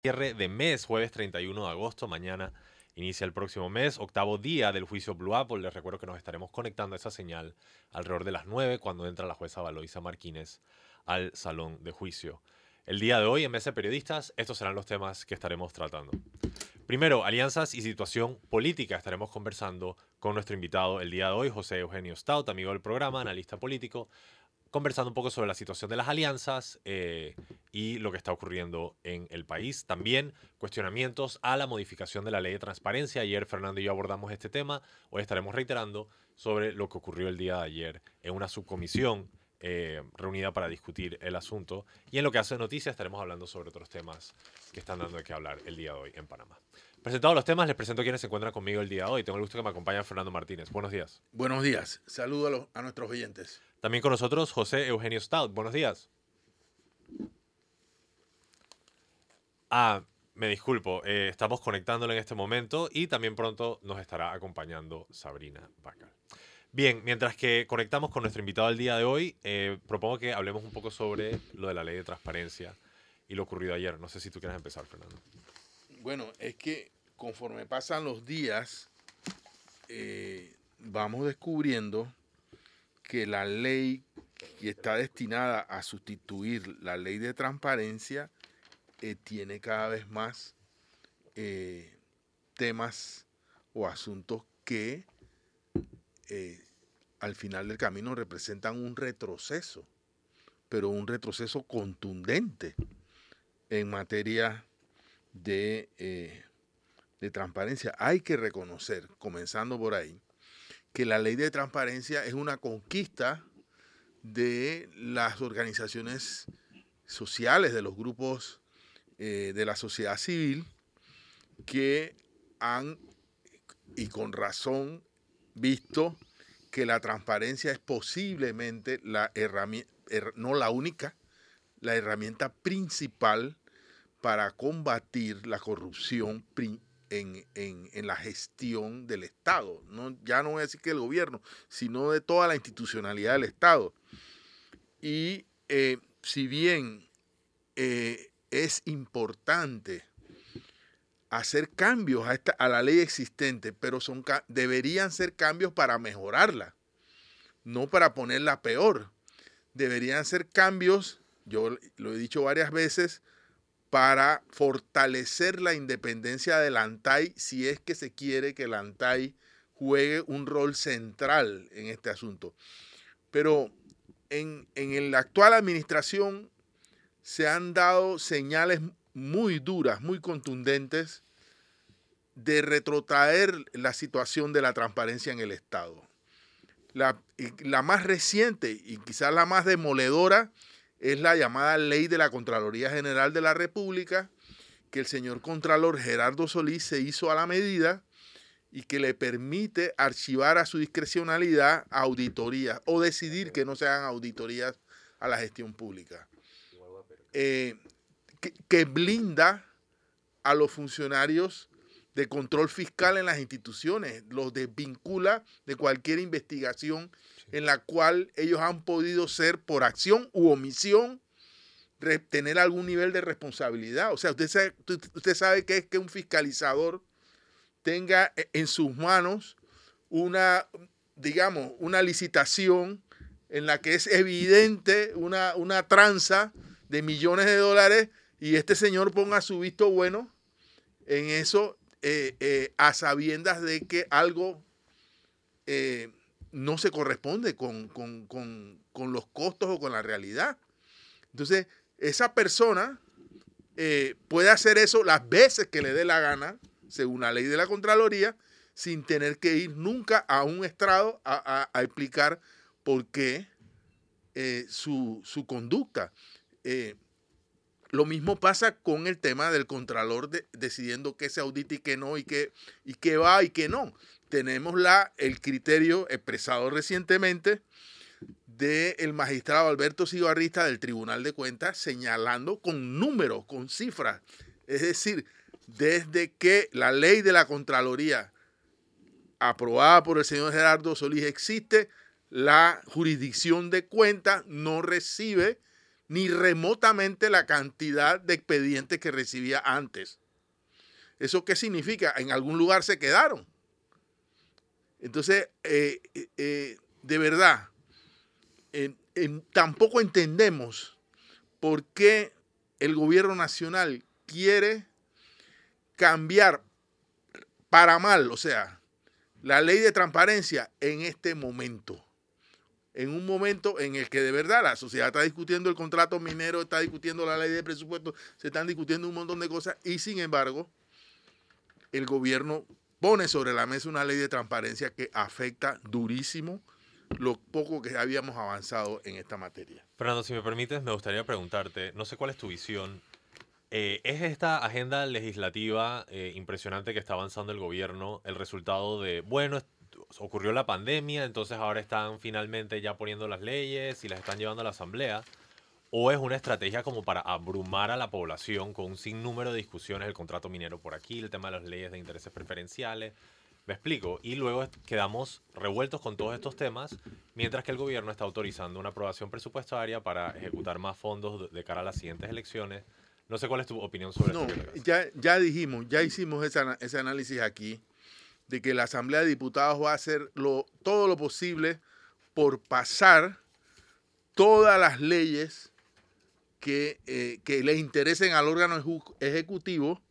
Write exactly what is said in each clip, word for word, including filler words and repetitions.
Cierre de mes, jueves treinta y uno de agosto, mañana inicia el próximo mes, octavo día del juicio Blue Apple. Les recuerdo que nos estaremos conectando a esa señal alrededor de las nueve cuando entra la jueza Valoisa Martínez al salón de juicio. El día de hoy en Mesa de Periodistas, estos serán los temas que estaremos tratando. Primero, alianzas y situación política. Estaremos conversando con nuestro invitado el día de hoy, José Eugenio Stout, amigo del programa, analista político, conversando un poco sobre la situación de las alianzas eh, y lo que está ocurriendo en el país. También cuestionamientos a la modificación de la ley de transparencia. Ayer Fernando y yo abordamos este tema. Hoy estaremos reiterando sobre lo que ocurrió el día de ayer en una subcomisión eh, reunida para discutir el asunto. Y en lo que hace noticias estaremos hablando sobre otros temas que están dando de qué hablar el día de hoy en Panamá. Presentados los temas, les presento a quienes se encuentran conmigo el día de hoy. Tengo el gusto que me acompañe Fernando Martínez. Buenos días. Buenos días. Saludo a, los, a nuestros oyentes. También con nosotros José Eugenio Stout. Buenos días. Ah, me disculpo. Eh, estamos conectándolo en este momento y también pronto nos estará acompañando Sabrina Bacal. Bien, mientras que conectamos con nuestro invitado del día de hoy, eh, propongo que hablemos un poco sobre lo de la ley de transparencia y lo ocurrido ayer. No sé si tú quieres empezar, Fernando. Bueno, es que conforme pasan los días, eh, vamos descubriendo que la ley que está destinada a sustituir la ley de transparencia eh, tiene cada vez más eh, temas o asuntos que eh, al final del camino representan un retroceso, pero un retroceso contundente en materia de, eh, de transparencia. Hay que reconocer, comenzando por ahí, que la ley de transparencia es una conquista de las organizaciones sociales, de los grupos eh, de la sociedad civil, que han, y con razón, visto que la transparencia es posiblemente la herramienta, no la única, la herramienta principal para combatir la corrupción en, en, en la gestión del Estado. No, ya no voy a decir que el gobierno, sino de toda la institucionalidad del Estado. Y eh, si bien eh, es importante hacer cambios a, esta, a la ley existente, pero son, deberían ser cambios para mejorarla, no para ponerla peor. Deberían ser cambios, yo lo he dicho varias veces, para fortalecer la independencia del ANTAI si es que se quiere que el ANTAI juegue un rol central en este asunto. Pero en, en la actual administración se han dado señales muy duras, muy contundentes de retrotraer la situación de la transparencia en el Estado. La, la más reciente y quizás la más demoledora es la llamada Ley de la Contraloría General de la República, que el señor Contralor Gerardo Solís se hizo a la medida y que le permite archivar a su discrecionalidad auditorías o decidir que no se hagan auditorías a la gestión pública. Eh, que, que blinda a los funcionarios de control fiscal en las instituciones, los desvincula de cualquier investigación en la cual ellos han podido ser por acción u omisión, tener algún nivel de responsabilidad. O sea, usted sabe, usted sabe que es que un fiscalizador tenga en sus manos una, digamos, una licitación en la que es evidente una, una tranza de millones de dólares y este señor ponga su visto bueno en eso eh, eh, a sabiendas de que algo eh, no se corresponde con, con, con, con los costos o con la realidad. Entonces, esa persona eh, puede hacer eso las veces que le dé la gana, según la ley de la Contraloría, sin tener que ir nunca a un estrado a, a, a explicar por qué eh, su, su conducta. Eh, lo mismo pasa con el tema del Contralor de, decidiendo qué se audita y qué no, y qué, y qué va y qué no. Tenemos la, el criterio expresado recientemente del magistrado Alberto Cigarrista del Tribunal de Cuentas señalando con números, con cifras. Es decir, desde que la ley de la Contraloría aprobada por el señor Gerardo Solís existe, la jurisdicción de cuentas no recibe ni remotamente la cantidad de expedientes que recibía antes. ¿Eso qué significa? En algún lugar se quedaron. Entonces, eh, eh, de verdad, eh, eh, tampoco entendemos por qué el gobierno nacional quiere cambiar para mal, o sea, la ley de transparencia en este momento. En un momento en el que de verdad la sociedad está discutiendo el contrato minero, está discutiendo la ley de presupuesto, se están discutiendo un montón de cosas y sin embargo el gobierno pone sobre la mesa una ley de transparencia que afecta durísimo lo poco que habíamos avanzado en esta materia. Fernando, si me permites, me gustaría preguntarte, no sé cuál es tu visión. Eh, ¿Es esta agenda legislativa eh, impresionante que está avanzando el gobierno el resultado de, bueno, ocurrió la pandemia, entonces ahora están finalmente ya poniendo las leyes y las están llevando a la asamblea? ¿O es una estrategia como para abrumar a la población con un sinnúmero de discusiones, el contrato minero por aquí, el tema de las leyes de intereses preferenciales? Me explico. Y luego quedamos revueltos con todos estos temas, mientras que el gobierno está autorizando una aprobación presupuestaria para ejecutar más fondos de cara a las siguientes elecciones. No sé cuál es tu opinión sobre no, esto. Ya, ya dijimos, ya hicimos esa, ese análisis aquí, de que la Asamblea de Diputados va a hacer lo, todo lo posible por pasar todas las leyes que, eh, que le interesen al órgano ejecutivo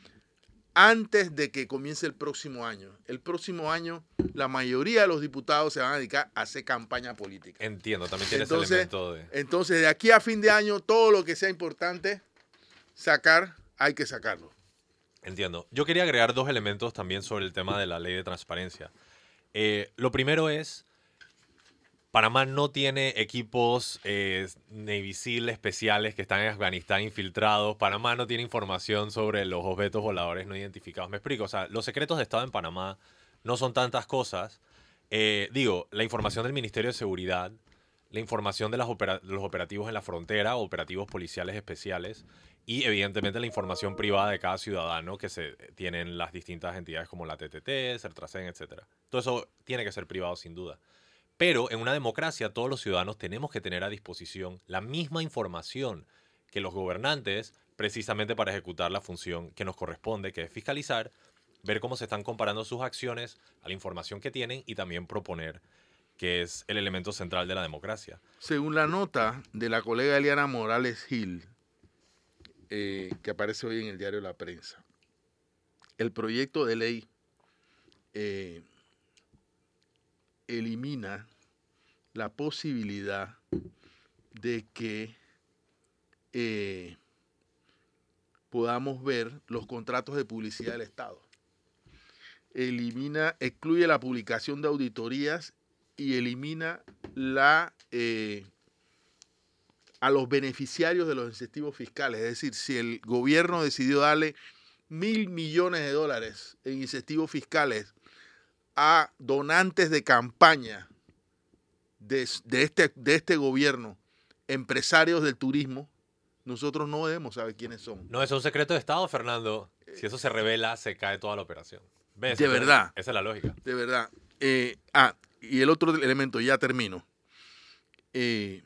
antes de que comience el próximo año. El próximo año la mayoría de los diputados se van a dedicar a hacer campaña política. Entiendo, también tiene entonces, ese elemento de... Entonces, de aquí a fin de año, todo lo que sea importante sacar, hay que sacarlo. Entiendo. Yo quería agregar dos elementos también sobre el tema de la ley de transparencia. Eh, lo primero es, Panamá no tiene equipos eh, Navy SEAL especiales que están en Afganistán infiltrados. Panamá no tiene información sobre los objetos voladores no identificados. Me explico. O sea, los secretos de Estado en Panamá no son tantas cosas. Eh, digo, la información del Ministerio de Seguridad, la información de las opera- los operativos en la frontera, operativos policiales especiales, y evidentemente la información privada de cada ciudadano que se tienen las distintas entidades como la T T T, Sertracen, etcétera. Todo eso tiene que ser privado sin duda. Pero en una democracia todos los ciudadanos tenemos que tener a disposición la misma información que los gobernantes, precisamente para ejecutar la función que nos corresponde, que es fiscalizar, ver cómo se están comparando sus acciones a la información que tienen y también proponer, que es el elemento central de la democracia. Según la nota de la colega Eliana Morales Gil, eh, que aparece hoy en el diario La Prensa, el proyecto de ley eh, elimina la posibilidad de que eh, podamos ver los contratos de publicidad del Estado. Elimina, excluye la publicación de auditorías y elimina la eh, a los beneficiarios de los incentivos fiscales. Es decir, si el gobierno decidió darle mil millones de dólares en incentivos fiscales a donantes de campaña de, de, este, de este gobierno, empresarios del turismo, nosotros no debemos saber quiénes son. No, es un secreto de Estado, Fernando. Si eso se revela, se cae toda la operación. ¿Ves? De Entonces, verdad. Esa es la lógica. De verdad. Eh, ah, y el otro elemento, ya termino. Eh,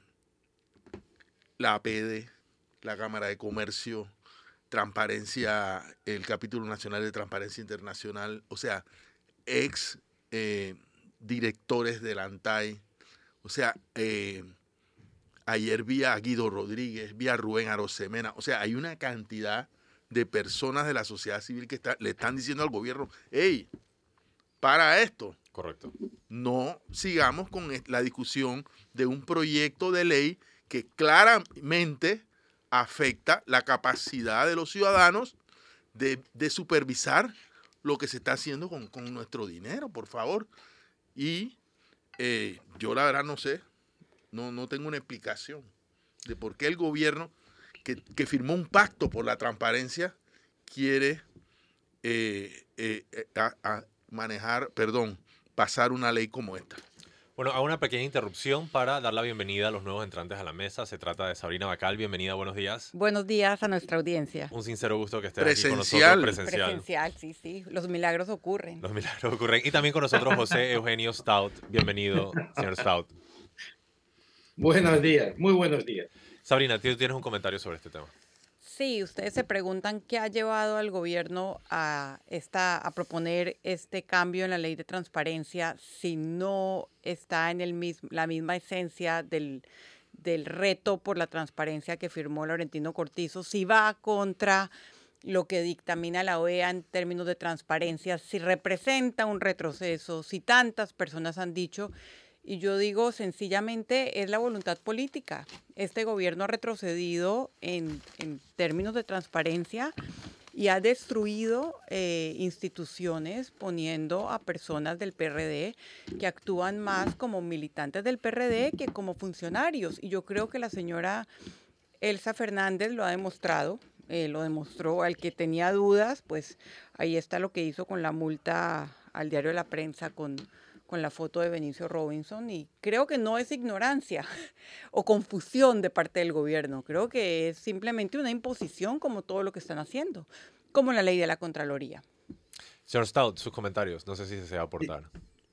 la A P D, la Cámara de Comercio, Transparencia, el Capítulo Nacional de Transparencia Internacional, o sea, ex eh, directores del ANTAI, o sea, eh, ayer vi a Guido Rodríguez, vi a Rubén Arosemena, o sea, hay una cantidad de personas de la sociedad civil que está, le están diciendo al gobierno, hey, para esto. Correcto. No sigamos con la discusión de un proyecto de ley que claramente afecta la capacidad de los ciudadanos de, de supervisar lo que se está haciendo con, con nuestro dinero, por favor. Y eh, yo la verdad no sé, no, no tengo una explicación de por qué el gobierno que, que firmó un pacto por la transparencia quiere eh, eh, a, a manejar, perdón, pasar una ley como esta. Bueno, hago una pequeña interrupción para dar la bienvenida a los nuevos entrantes a la mesa. Se trata de Sabrina Bacal. Bienvenida, buenos días. Buenos días a nuestra audiencia. Un sincero gusto que estés Presencial. aquí con nosotros. Presencial. Presencial, sí, sí. Los milagros ocurren. Los milagros ocurren. Y también con nosotros José Eugenio Stout. Bienvenido, señor Stout. Buenos días, muy buenos días. Sabrina, tú tienes un comentario sobre este tema. Sí, ustedes se preguntan qué ha llevado al gobierno a, esta, a proponer este cambio en la ley de transparencia si no está en el mismo, la misma esencia del, del reto por la transparencia que firmó Laurentino Cortizo, si va contra lo que dictamina la O E A en términos de transparencia, si representa un retroceso, si tantas personas han dicho. Y yo digo, sencillamente, es la voluntad política. Este gobierno ha retrocedido en, en términos de transparencia y ha destruido eh, instituciones poniendo a personas del P R D que actúan más como militantes del P R D que como funcionarios. Y yo creo que la señora Elsa Fernández lo ha demostrado. Eh, lo demostró al que tenía dudas, pues ahí está lo que hizo con la multa al diario de la Prensa con, con la foto de Benicio Robinson, y creo que no es ignorancia o confusión de parte del gobierno, creo que es simplemente una imposición como todo lo que están haciendo, como la ley de la Contraloría. Señor Stout, sus comentarios, no sé si se desea aportar.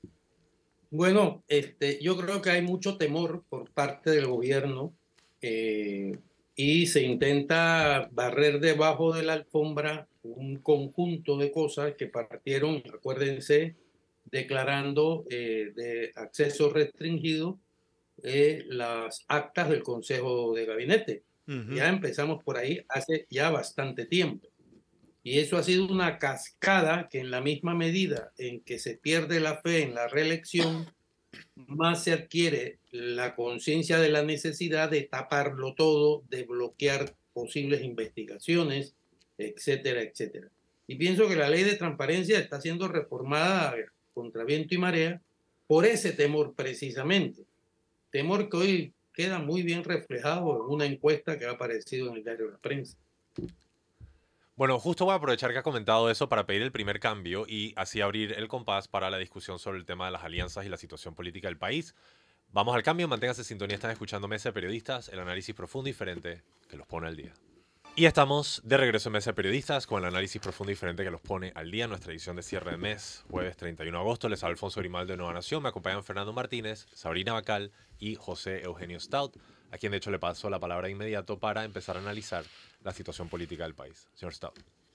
Bueno, este, yo creo que hay mucho temor por parte del gobierno eh, y se intenta barrer debajo de la alfombra un conjunto de cosas que partieron, acuérdense, declarando eh, de acceso restringido eh, las actas del Consejo de Gabinete. Uh-huh. Ya empezamos por ahí hace ya bastante tiempo. Y eso ha sido una cascada que en la misma medida en que se pierde la fe en la reelección, más se adquiere la conciencia de la necesidad de taparlo todo, de bloquear posibles investigaciones, etcétera, etcétera. Y pienso que la ley de transparencia está siendo reformada contra viento y marea por ese temor precisamente. Temor que hoy queda muy bien reflejado en una encuesta que ha aparecido en el diario de la Prensa. Bueno, justo voy a aprovechar que ha comentado eso para pedir el primer cambio y así abrir el compás para la discusión sobre el tema de las alianzas y la situación política del país. Vamos al cambio, manténganse en sintonía, están escuchando Mesa de Periodistas, el análisis profundo y diferente que los pone al día. Y estamos de regreso en Mesa de Periodistas con el análisis profundo y diferente que los pone al día en nuestra edición de cierre de mes, jueves treinta y uno de agosto. Les habla Alfonso Grimaldo de Nueva Nación, me acompañan Fernando Martínez, Sabrina Bacal y José Eugenio Stout, a quien de hecho le paso la palabra de inmediato para empezar a analizar la situación política del país. Señor Stout.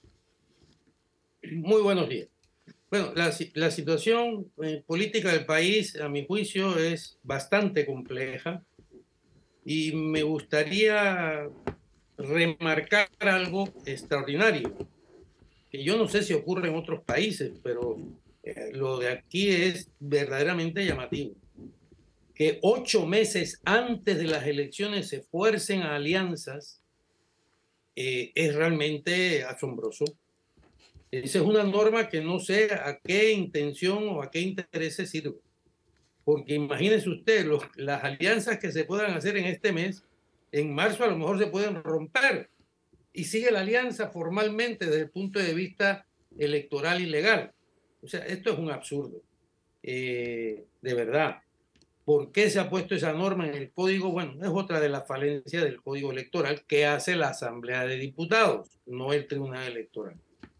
Muy buenos días. Bueno, la, la situación eh, política del país, a mi juicio, es bastante compleja y me gustaría remarcar algo extraordinario, que yo no sé si ocurre en otros países, pero eh, lo de aquí es verdaderamente llamativo. Que ocho meses antes de las elecciones se fuercen a alianzas eh, es realmente asombroso. Esa es una norma que no sé a qué intención o a qué intereses sirve. Porque imagínense usted, los, las alianzas que se puedan hacer en este mes, en marzo a lo mejor se pueden romper y sigue la alianza formalmente desde el punto de vista electoral y legal. O sea, esto es un absurdo. Eh, de verdad. ¿Por qué se ha puesto esa norma en el código? Bueno, es otra de las falencias del código electoral que hace la Asamblea de Diputados, no el Tribunal Electoral.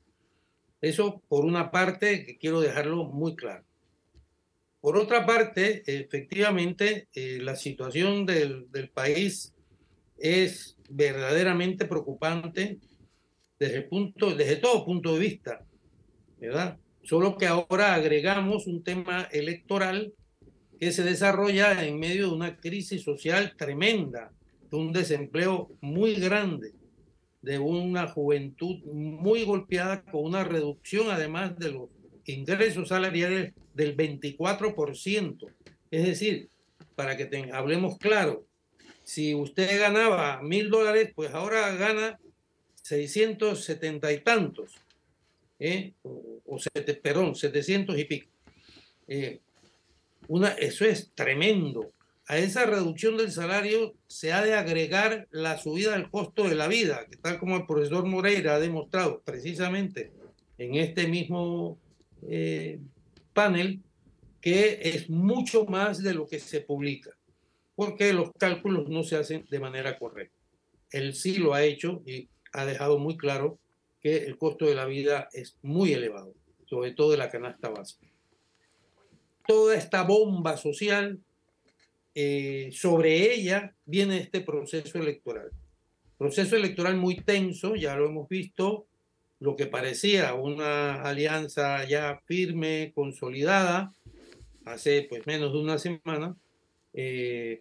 Eso por una parte que quiero dejarlo muy claro. Por otra parte, efectivamente, eh, la situación del, del país es verdaderamente preocupante desde, el punto, desde todo punto de vista, ¿verdad? Solo que ahora agregamos un tema electoral que se desarrolla en medio de una crisis social tremenda, de un desempleo muy grande, de una juventud muy golpeada con una reducción además de los ingresos salariales del veinticuatro por ciento. Es decir, para que te, hablemos claro, si usted ganaba mil dólares, pues ahora gana seiscientos setenta y tantos, ¿eh? o, o sete, perdón, setecientos y pico. Eh, una, eso es tremendo. A esa reducción del salario se ha de agregar la subida del costo de la vida, que tal como el profesor Moreira ha demostrado precisamente en este mismo eh, panel, que es mucho más de lo que se publica, porque los cálculos no se hacen de manera correcta. Él sí lo ha hecho y ha dejado muy claro que el costo de la vida es muy elevado, sobre todo de la canasta básica. Toda esta bomba social eh, sobre ella viene este proceso electoral. Proceso electoral muy tenso, ya lo hemos visto, lo que parecía una alianza ya firme, consolidada, hace pues menos de una semana, eh,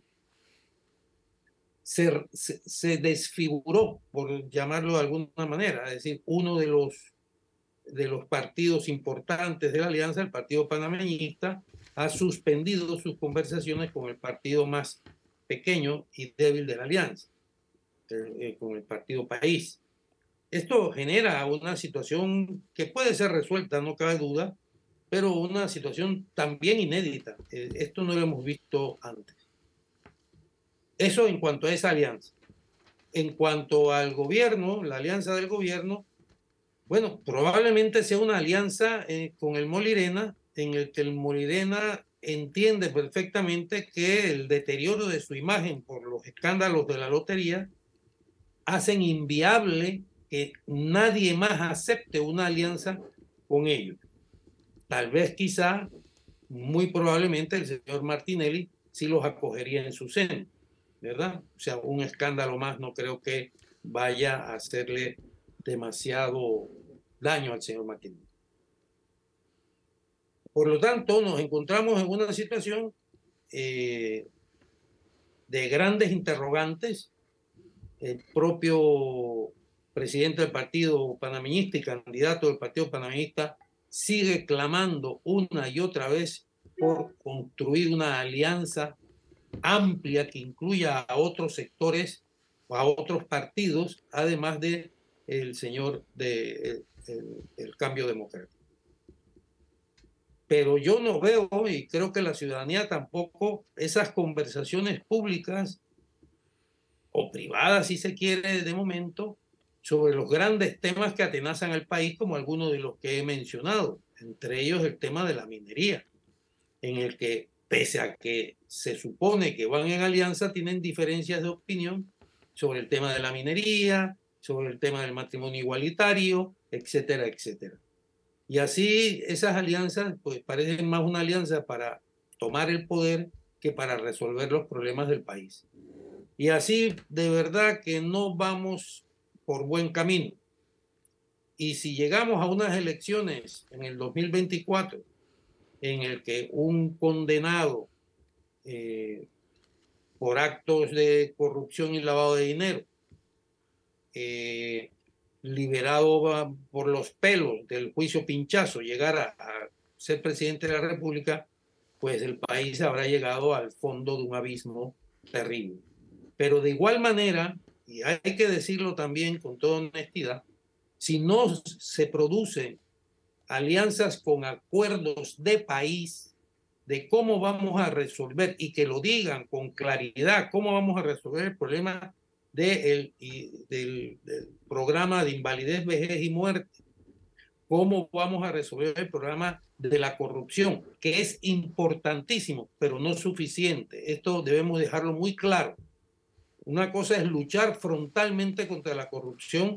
se, se, se desfiguró, por llamarlo de alguna manera, es decir, uno de los, de los partidos importantes de la alianza, el Partido Panameñista, ha suspendido sus conversaciones con el partido más pequeño y débil de la alianza, eh, con el Partido País. Esto genera una situación que puede ser resuelta, no cabe duda, pero una situación también inédita. Eh, esto no lo hemos visto antes. Eso en cuanto a esa alianza. En cuanto al gobierno, la alianza del gobierno, bueno, probablemente sea una alianza eh, con el Molirena, en el que el Molirena entiende perfectamente que el deterioro de su imagen por los escándalos de la lotería hacen inviable que nadie más acepte una alianza con ellos. Tal vez, quizá, muy probablemente el señor Martinelli sí los acogería en su seno, ¿verdad? O sea, un escándalo más no creo que vaya a hacerle demasiado daño al señor Martinelli. Por lo tanto, nos encontramos en una situación eh, de grandes interrogantes. El propio presidente del Partido Panameñista y candidato del Partido Panameñista sigue clamando una y otra vez por construir una alianza amplia que incluya a otros sectores o a otros partidos, además de el señor de el, el Cambio Democrático. Pero yo no veo, y creo que la ciudadanía tampoco, esas conversaciones públicas o privadas, si se quiere, de momento, sobre los grandes temas que atenazan al país, como algunos de los que he mencionado, entre ellos el tema de la minería, en el que, pese a que se supone que van en alianza, tienen diferencias de opinión sobre el tema de la minería, sobre el tema del matrimonio igualitario, etcétera, etcétera. Y así esas alianzas pues parecen más una alianza para tomar el poder que para resolver los problemas del país. Y así de verdad que no vamos por buen camino. Y si llegamos a unas elecciones en el dos mil veinticuatro en el que un condenado eh, por actos de corrupción y lavado de dinero, eh, liberado por los pelos del juicio Pinchazo, llegara a ser presidente de la República, pues el país habrá llegado al fondo de un abismo terrible. Pero de igual manera, y hay que decirlo también con toda honestidad, si no se producen alianzas con acuerdos de país de cómo vamos a resolver, y que lo digan con claridad, cómo vamos a resolver el problema de el, y del, del programa de invalidez, vejez y muerte, cómo vamos a resolver el programa de la corrupción, que es importantísimo, pero no suficiente. Esto debemos dejarlo muy claro. Una cosa es luchar frontalmente contra la corrupción,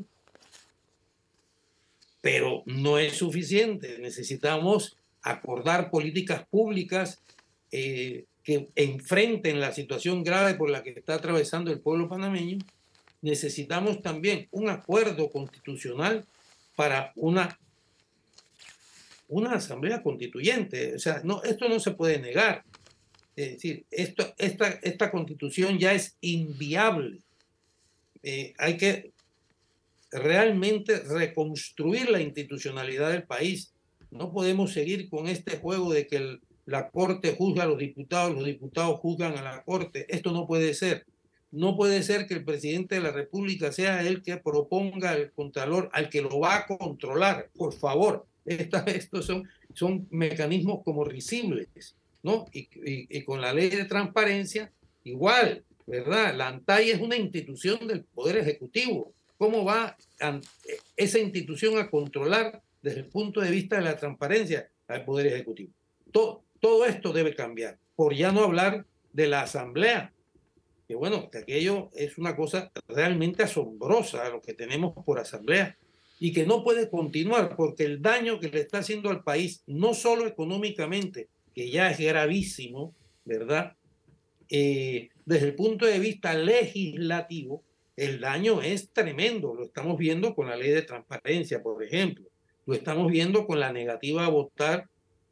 pero no es suficiente. Necesitamos acordar políticas públicas eh, que enfrenten la situación grave por la que está atravesando el pueblo panameño. Necesitamos también un acuerdo constitucional para una, una asamblea constituyente. O sea, no, esto no se puede negar. Es decir, esto, esta, esta constitución ya es inviable. Eh, hay que realmente reconstruir la institucionalidad del país. No podemos seguir con este juego de que el, la Corte juzga a los diputados, los diputados juzgan a la Corte. Esto no puede ser. No puede ser que el presidente de la República sea el que proponga al Contralor, al que lo va a controlar. Por favor, esta, estos son, son mecanismos como risibles, ¿no? Y, y, y con la ley de transparencia, igual, ¿verdad? La ANTAI es una institución del Poder Ejecutivo. ¿Cómo va a, esa institución a controlar desde el punto de vista de la transparencia al Poder Ejecutivo? Todo, todo esto debe cambiar, por ya no hablar de la Asamblea, que bueno, que aquello es una cosa realmente asombrosa lo que tenemos por Asamblea y que no puede continuar porque el daño que le está haciendo al país, no solo económicamente, que ya es gravísimo, ¿verdad? eh, desde el punto de vista legislativo, el daño es tremendo. Lo estamos viendo con la ley de transparencia, por ejemplo. Lo estamos viendo con la negativa a votar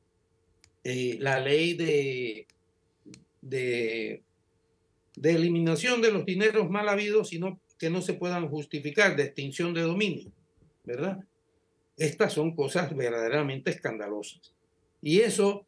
eh, la ley de, de, de eliminación de los dineros mal habidos, sino que no se puedan justificar, de extinción de dominio, ¿verdad? Estas son cosas verdaderamente escandalosas. Y eso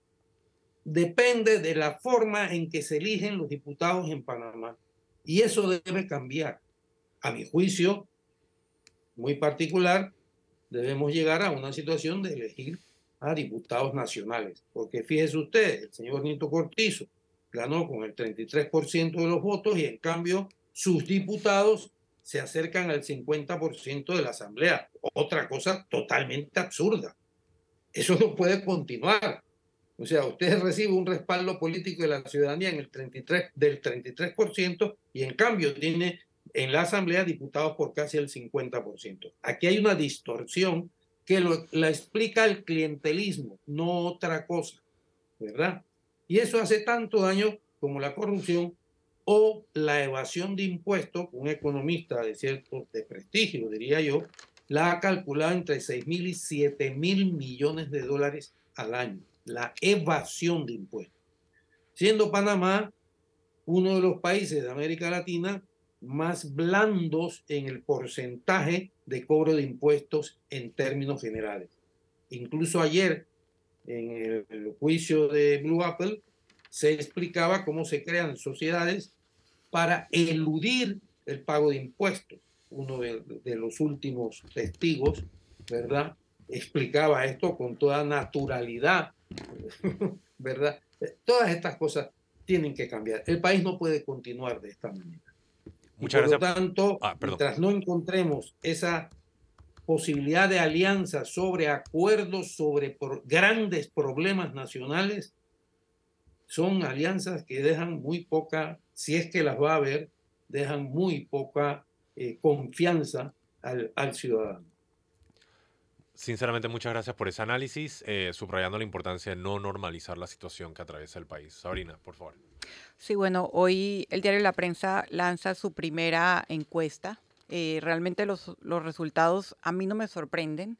depende de la forma en que se eligen los diputados en Panamá. Y eso debe cambiar. A mi juicio, muy particular, debemos llegar a una situación de elegir a diputados nacionales. Porque fíjese usted, el señor Nito Cortizo ganó con el treinta y tres por ciento de los votos y en cambio sus diputados se acercan al cincuenta por ciento de la Asamblea. Otra cosa totalmente absurda. Eso no puede continuar. O sea, usted recibe un respaldo político de la ciudadanía en el treinta y tres, del treinta y tres por ciento y en cambio tiene en la Asamblea diputados por casi el cincuenta por ciento. Aquí hay una distorsión que lo, la explica el clientelismo, no otra cosa, ¿verdad? Y eso hace tanto daño como la corrupción o la evasión de impuestos. Un economista de cierto de prestigio, diría yo, la ha calculado entre seis mil y siete mil millones de dólares al año. La evasión de impuestos. Siendo Panamá uno de los países de América Latina más blandos en el porcentaje de cobro de impuestos en términos generales. Incluso ayer, en el, el juicio de Blue Apple, se explicaba cómo se crean sociedades para eludir el pago de impuestos. Uno de, de los últimos testigos, ¿verdad?, explicaba esto con toda naturalidad, ¿verdad? Todas estas cosas tienen que cambiar. El país no puede continuar de esta manera. Muchas y por gracias. lo tanto, Ah, mientras no encontremos esa posibilidad de alianza sobre acuerdos sobre por grandes problemas nacionales, son alianzas que dejan muy poca, si es que las va a haber, dejan muy poca eh, confianza al, al ciudadano. Sinceramente, muchas gracias por ese análisis, eh, subrayando la importancia de no normalizar la situación que atraviesa el país. Sabrina, por favor. Sí, bueno, hoy el diario La Prensa lanza su primera encuesta. Eh, realmente los, los resultados a mí no me sorprenden.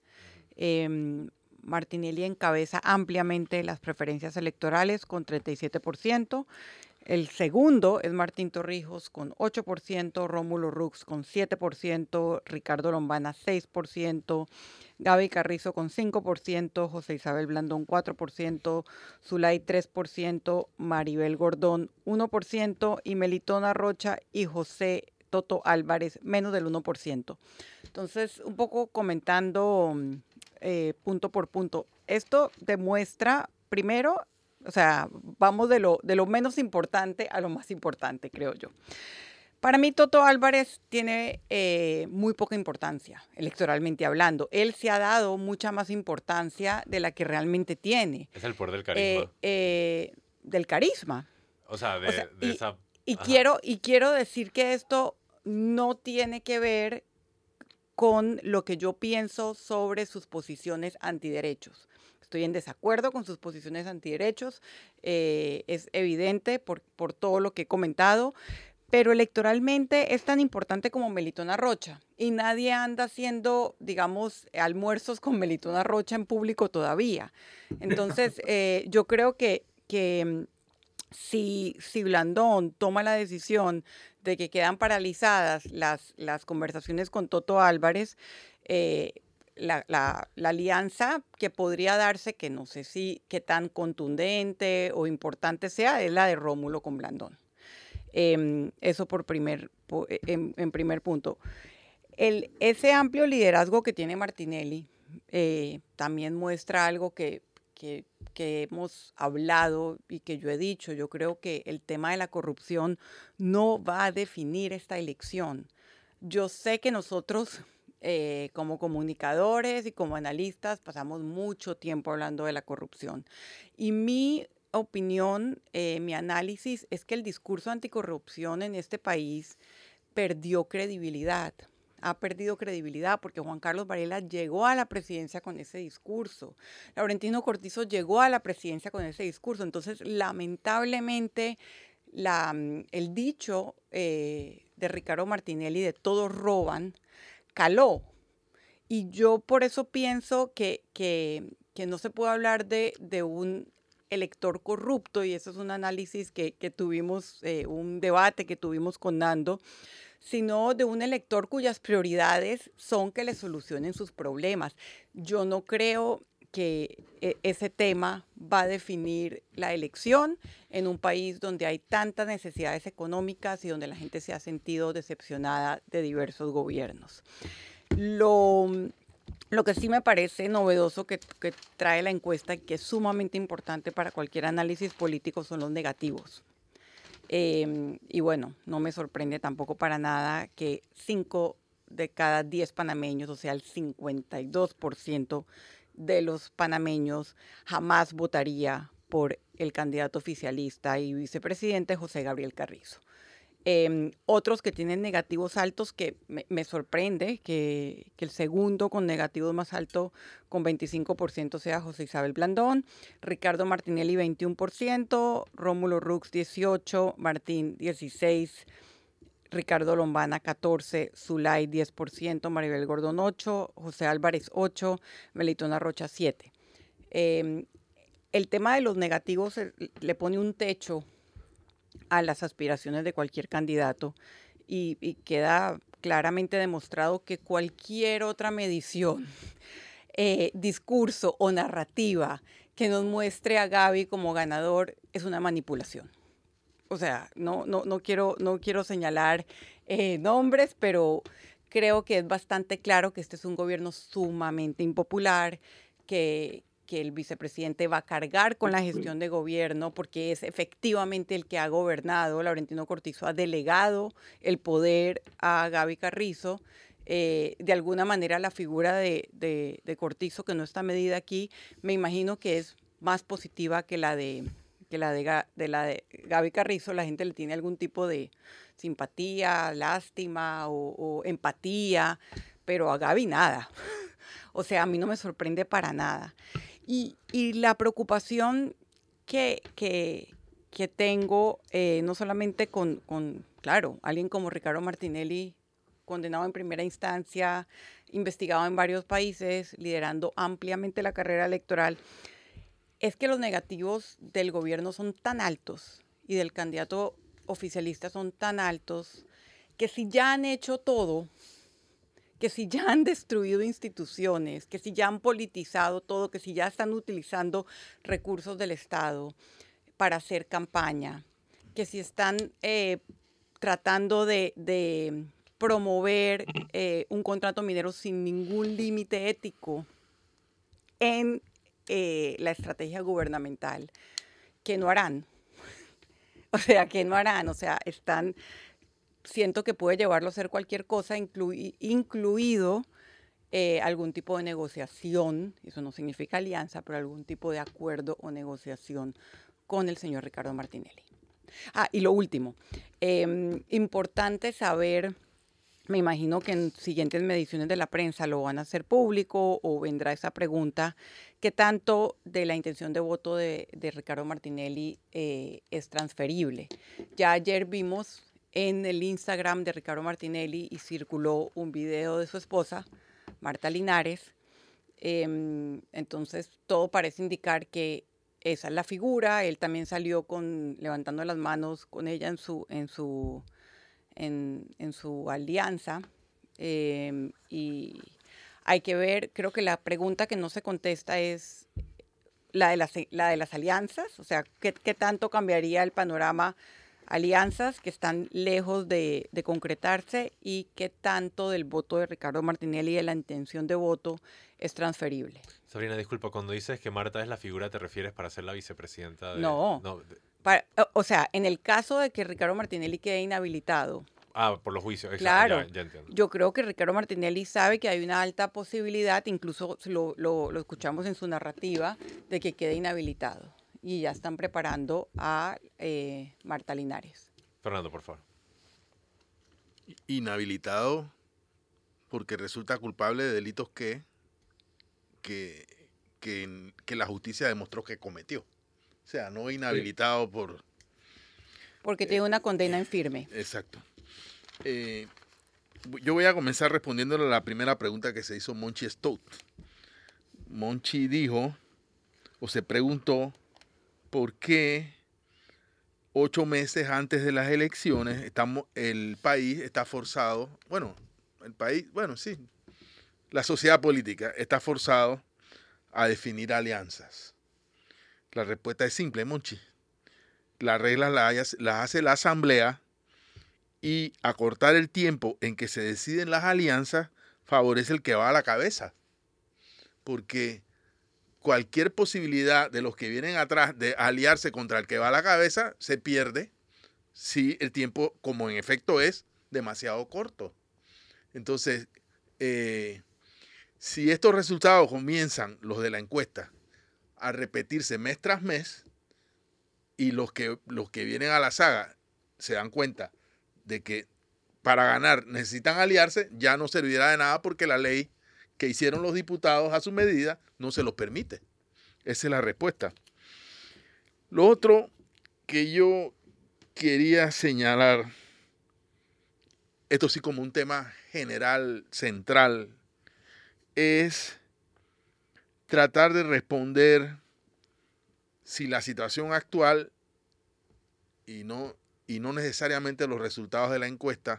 Eh, Martinelli encabeza ampliamente las preferencias electorales con treinta y siete por ciento. El segundo es Martín Torrijos con ocho por ciento, Rómulo Rux con siete por ciento, Ricardo Lombana seis por ciento, Gaby Carrizo con cinco por ciento, José Isabel Blandón cuatro por ciento, Zulay tres por ciento, Maribel Gordón uno por ciento y Melitona Rocha y José Toto Álvarez menos del uno por ciento. Entonces, un poco comentando eh, punto por punto. Esto demuestra, primero, o sea, vamos de lo, de lo menos importante a lo más importante, creo yo. Para mí, Toto Álvarez tiene eh, muy poca importancia, electoralmente hablando. Él se ha dado mucha más importancia de la que realmente tiene. Es el poder del carisma. Eh, eh, del carisma. O sea, de, o sea de y, esa... Y quiero, y quiero decir que esto no tiene que ver con lo que yo pienso sobre sus posiciones antiderechos. Estoy en desacuerdo con sus posiciones antiderechos, eh, es evidente por, por todo lo que he comentado, pero electoralmente es tan importante como Melitona Rocha y nadie anda haciendo, digamos, almuerzos con Melitona Rocha en público todavía. Entonces, eh, yo creo que, que si, si Blandón toma la decisión de que quedan paralizadas las, las conversaciones con Toto Álvarez, eh, La, la, la alianza que podría darse, que no sé si qué tan contundente o importante sea, es la de Rómulo con Blandón. Eh, eso por primer, por, en, en primer punto. El, ese amplio liderazgo que tiene Martinelli eh, también muestra algo que, que, que hemos hablado y que yo he dicho. Yo creo que el tema de la corrupción no va a definir esta elección. Yo sé que nosotros... Eh, como comunicadores y como analistas pasamos mucho tiempo hablando de la corrupción. Y mi opinión, eh, mi análisis es que el discurso anticorrupción en este país perdió credibilidad. Ha perdido credibilidad porque Juan Carlos Varela llegó a la presidencia con ese discurso. Laurentino Cortizo llegó a la presidencia con ese discurso. Entonces, lamentablemente, la, el dicho eh, de Ricardo Martinelli de todos roban, caló. Y yo por eso pienso que, que, que no se puede hablar de, de un elector corrupto, y eso es un análisis que, que tuvimos, eh, un debate que tuvimos con Nando, sino de un elector cuyas prioridades son que le solucionen sus problemas. Yo no creo que ese tema va a definir la elección en un país donde hay tantas necesidades económicas y donde la gente se ha sentido decepcionada de diversos gobiernos. Lo, lo que sí me parece novedoso que, que trae la encuesta y que es sumamente importante para cualquier análisis político son los negativos. Eh, y bueno, no me sorprende tampoco para nada que cinco de cada diez panameños, o sea, el cincuenta y dos por ciento de los panameños jamás votaría por el candidato oficialista y vicepresidente José Gabriel Carrizo. Eh, otros que tienen negativos altos, que me, me sorprende que, que el segundo con negativos más alto, con veinticinco por ciento, sea José Isabel Blandón, Ricardo Martinelli veintiuno por ciento, Rómulo Rux dieciocho por ciento, Martín dieciséis por ciento, Ricardo Lombana catorce por ciento, Zulay diez por ciento, Maribel Gordón ocho por ciento, José Álvarez ocho por ciento, Melitona Rocha siete por ciento. Eh, el tema de los negativos le pone un techo a las aspiraciones de cualquier candidato y, y queda claramente demostrado que cualquier otra medición, eh, discurso o narrativa que nos muestre a Gaby como ganador es una manipulación. O sea, no, no, no, quiero, no quiero señalar eh, nombres, pero creo que es bastante claro que este es un gobierno sumamente impopular, que que el vicepresidente va a cargar con la gestión de gobierno porque es efectivamente el que ha gobernado. Laurentino Cortizo ha delegado el poder a Gaby Carrizo. Eh, de alguna manera la figura de, de, de Cortizo, que no está medida aquí, me imagino que es más positiva que la de, que la de, de, la de Gaby Carrizo. La gente le tiene algún tipo de simpatía, lástima o, o empatía, pero a Gaby nada. O sea, a mí no me sorprende para nada. Y, y la preocupación que, que, que tengo, eh, no solamente con, con, claro, alguien como Ricardo Martinelli, condenado en primera instancia, investigado en varios países, liderando ampliamente la carrera electoral, es que los negativos del gobierno son tan altos y del candidato oficialista son tan altos que si ya han hecho todo, que si ya han destruido instituciones, que si ya han politizado todo, que si ya están utilizando recursos del Estado para hacer campaña, que si están eh, tratando de, de promover eh, un contrato minero sin ningún límite ético en eh, la estrategia gubernamental, que no harán. O sea, que no harán, o sea, están... Siento que puede llevarlo a hacer cualquier cosa, inclu incluido eh, algún tipo de negociación, eso no significa alianza, pero algún tipo de acuerdo o negociación con el señor Ricardo Martinelli. Ah, y lo último, eh, importante saber, me imagino que en siguientes mediciones de la prensa lo van a hacer público o vendrá esa pregunta, ¿qué tanto de la intención de voto de, de Ricardo Martinelli eh, es transferible? Ya ayer vimos en el Instagram de Ricardo Martinelli y circuló un video de su esposa, Marta Linares. Eh, entonces, todo parece indicar que esa es la figura. Él también salió con, levantando las manos con ella en su, en su, en, en su alianza. Eh, y hay que ver, creo que la pregunta que no se contesta es la de las, la de las alianzas. O sea, ¿qué, qué tanto cambiaría el panorama? Alianzas que están lejos de, de concretarse y qué tanto del voto de Ricardo Martinelli y de la intención de voto es transferible. Sabrina, disculpa, cuando dices que Marta es la figura, ¿te refieres para ser la vicepresidenta? De... No, no de... Para, o sea, en el caso de que Ricardo Martinelli quede inhabilitado. Ah, por los juicios. Exacto. Claro, ya, ya entiendo. Yo creo que Ricardo Martinelli sabe que hay una alta posibilidad, incluso lo, lo, lo escuchamos en su narrativa, de que quede inhabilitado. Y ya están preparando a eh, Marta Linares. Fernando, por favor. Inhabilitado porque resulta culpable de delitos que, que, que, que la justicia demostró que cometió. O sea, no inhabilitado por, Porque tiene una condena en firme. Exacto. Eh, yo voy a comenzar respondiéndole a la primera pregunta que se hizo Monchi Stout. Monchi dijo, o se preguntó, ¿por qué ocho meses antes de las elecciones estamos, el país está forzado, bueno, el país, bueno, sí, la sociedad política está forzado a definir alianzas? La respuesta es simple, Monchi. Las reglas las, las hace la asamblea y acortar el tiempo en que se deciden las alianzas favorece el que va a la cabeza. Porque cualquier posibilidad de los que vienen atrás de aliarse contra el que va a la cabeza se pierde si el tiempo, como en efecto es, demasiado corto. Entonces, eh, si estos resultados comienzan, los de la encuesta, a repetirse mes tras mes, y los que, los que vienen a la saga se dan cuenta de que para ganar necesitan aliarse, ya no servirá de nada porque la ley que hicieron los diputados a su medida no se los permite. Esa es la respuesta. Lo otro que yo quería señalar, esto sí como un tema general, central, es tratar de responder si la situación actual y no, y no necesariamente los resultados de la encuesta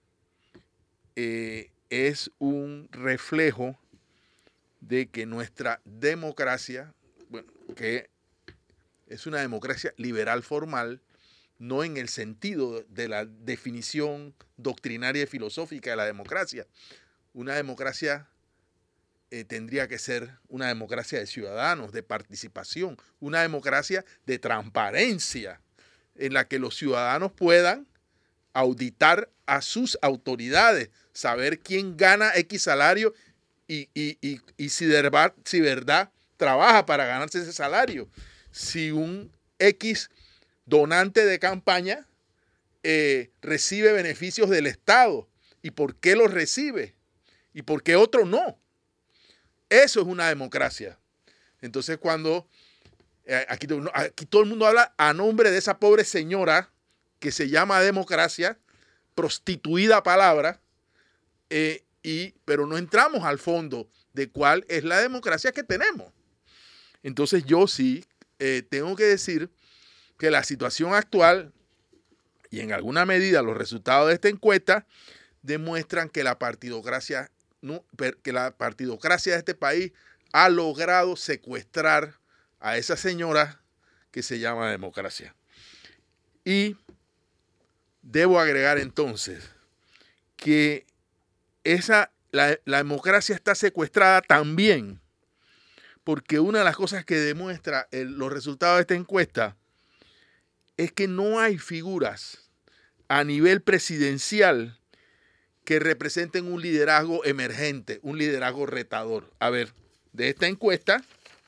eh, es un reflejo de que nuestra democracia, bueno, que es una democracia liberal formal, no en el sentido de la definición doctrinaria y filosófica de la democracia. Una democracia eh, tendría que ser una democracia de ciudadanos, de participación, una democracia de transparencia, en la que los ciudadanos puedan auditar a sus autoridades, saber quién gana X salario y, y, y, y si, de verdad, si verdad trabaja para ganarse ese salario. Si un X donante de campaña eh, recibe beneficios del Estado y por qué los recibe y por qué otro no. Eso es una democracia. Entonces cuando eh, aquí, aquí todo el mundo habla a nombre de esa pobre señora que se llama democracia, prostituida palabra, eh, y, pero no entramos al fondo de cuál es la democracia que tenemos. Entonces yo sí eh, tengo que decir que la situación actual y en alguna medida los resultados de esta encuesta demuestran que la partidocracia, no, que la partidocracia de este país ha logrado secuestrar a esa señora que se llama democracia. Y debo agregar entonces que esa, la, la democracia está secuestrada también porque una de las cosas que demuestra el, los resultados de esta encuesta es que no hay figuras a nivel presidencial que representen un liderazgo emergente, un liderazgo retador. A ver, de esta encuesta,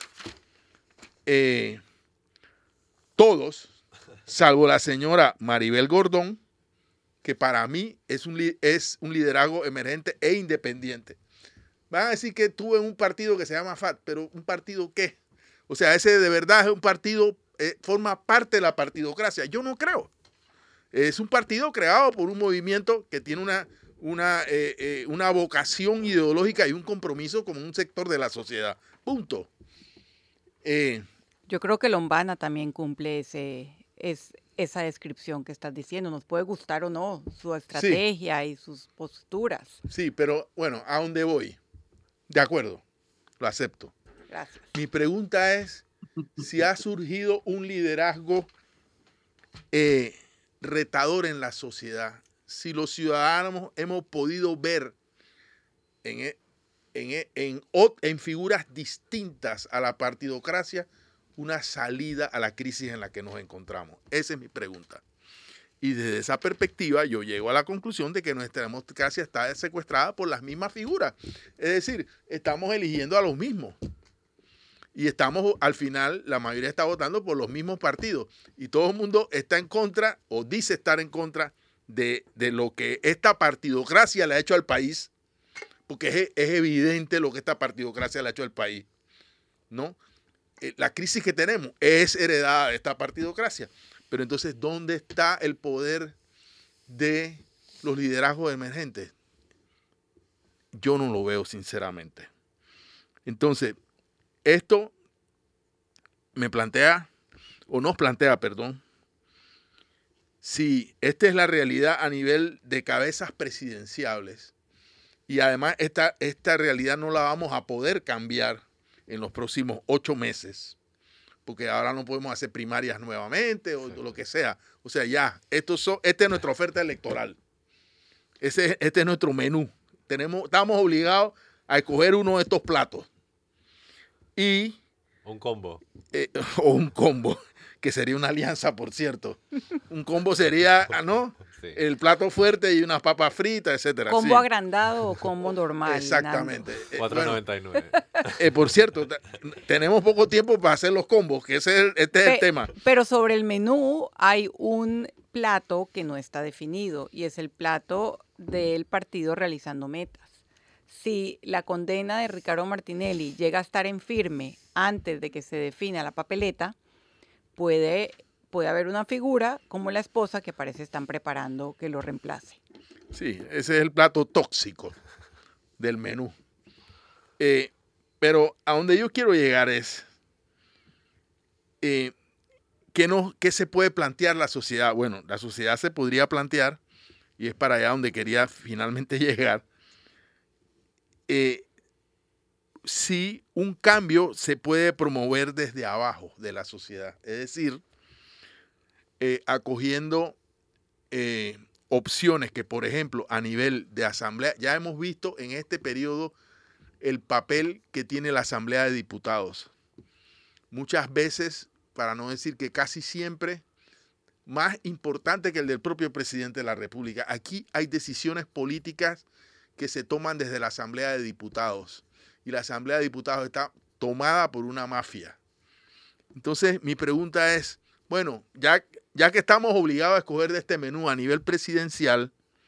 eh, todos, salvo la señora Maribel Gordón, que para mí es un, es un liderazgo emergente e independiente. Van a decir que estuvo en un partido que se llama F A T, pero ¿un partido qué? O sea, ese de verdad es un partido, eh, forma parte de la partidocracia. Yo no creo. Es un partido creado por un movimiento que tiene una, una, eh, eh, una vocación ideológica y un compromiso con un sector de la sociedad. Punto. Eh, Yo creo que Lombana también cumple ese, es, esa descripción que estás diciendo. Nos puede gustar o no su estrategia sí. y sus posturas. Sí, pero bueno, ¿a dónde voy? De acuerdo, lo acepto. Gracias. Mi pregunta es si ha surgido un liderazgo eh, retador en la sociedad, si los ciudadanos hemos podido ver en, en, en, en figuras distintas a la partidocracia una salida a la crisis en la que nos encontramos. Esa es mi pregunta. Y desde esa perspectiva yo llego a la conclusión de que nuestra democracia está secuestrada por las mismas figuras. Es decir, estamos eligiendo a los mismos. Y estamos, al final, la mayoría está votando por los mismos partidos. Y todo el mundo está en contra o dice estar en contra de, de lo que esta partidocracia le ha hecho al país. Porque es, es evidente lo que esta partidocracia le ha hecho al país, ¿no? La crisis que tenemos es heredada de esta partidocracia. Pero entonces, ¿dónde está el poder de los liderazgos emergentes? Yo no lo veo, sinceramente. Entonces, esto me plantea, o nos plantea, perdón, si esta es la realidad a nivel de cabezas presidenciables, y además esta, esta realidad no la vamos a poder cambiar en los próximos ocho meses, porque ahora no podemos hacer primarias nuevamente o lo que sea. O sea, ya, esto son, esta es nuestra oferta electoral. Ese, este es nuestro menú. Tenemos, estamos obligados a escoger uno de estos platos. Y... Un combo. Eh, o un combo, que sería una alianza, por cierto. Un combo sería, ¿no? Sí. El plato fuerte y unas papas fritas, etcétera. ¿Combo sí. agrandado o combo normal? Exactamente. cuatro noventa y nueve. Bueno, eh, por cierto, tenemos poco tiempo para hacer los combos, que ese es el, este es Pe el tema. Pero sobre el menú hay un plato que no está definido y es el plato del partido realizando metas. Si la condena de Ricardo Martinelli llega a estar en firme antes de que se defina la papeleta, puede, puede haber una figura como la esposa que parece están preparando que lo reemplace. Sí, ese es el plato tóxico del menú. Eh, pero a donde yo quiero llegar es, eh, ¿qué, no, ¿qué se puede plantear la sociedad? Bueno, la sociedad se podría plantear, y es para allá donde quería finalmente llegar, Eh, si un cambio se puede promover desde abajo de la sociedad, es decir, eh, acogiendo eh, opciones que, por ejemplo, a nivel de asamblea, ya hemos visto en este periodo el papel que tiene la Asamblea de Diputados. Muchas veces, para no decir que casi siempre, más importante que el del propio presidente de la República. Aquí hay decisiones políticas que se toman desde la Asamblea de Diputados. Y la Asamblea de Diputados está tomada por una mafia. Entonces, mi pregunta es, bueno, ya, ya que estamos obligados a escoger de este menú a nivel presidencial,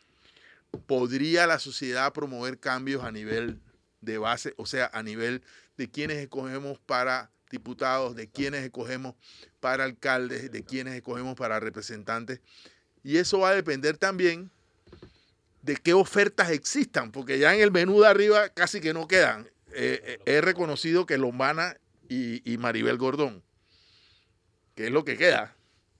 ¿podría la sociedad promover cambios a nivel de base? O sea, a nivel de quienes escogemos para diputados, de quienes escogemos para alcaldes, de quienes escogemos para representantes. Y eso va a depender también de qué ofertas existan, porque ya en el menú de arriba casi que no quedan. Eh, he reconocido que Lombana y, y Maribel Gordón, que es lo que queda,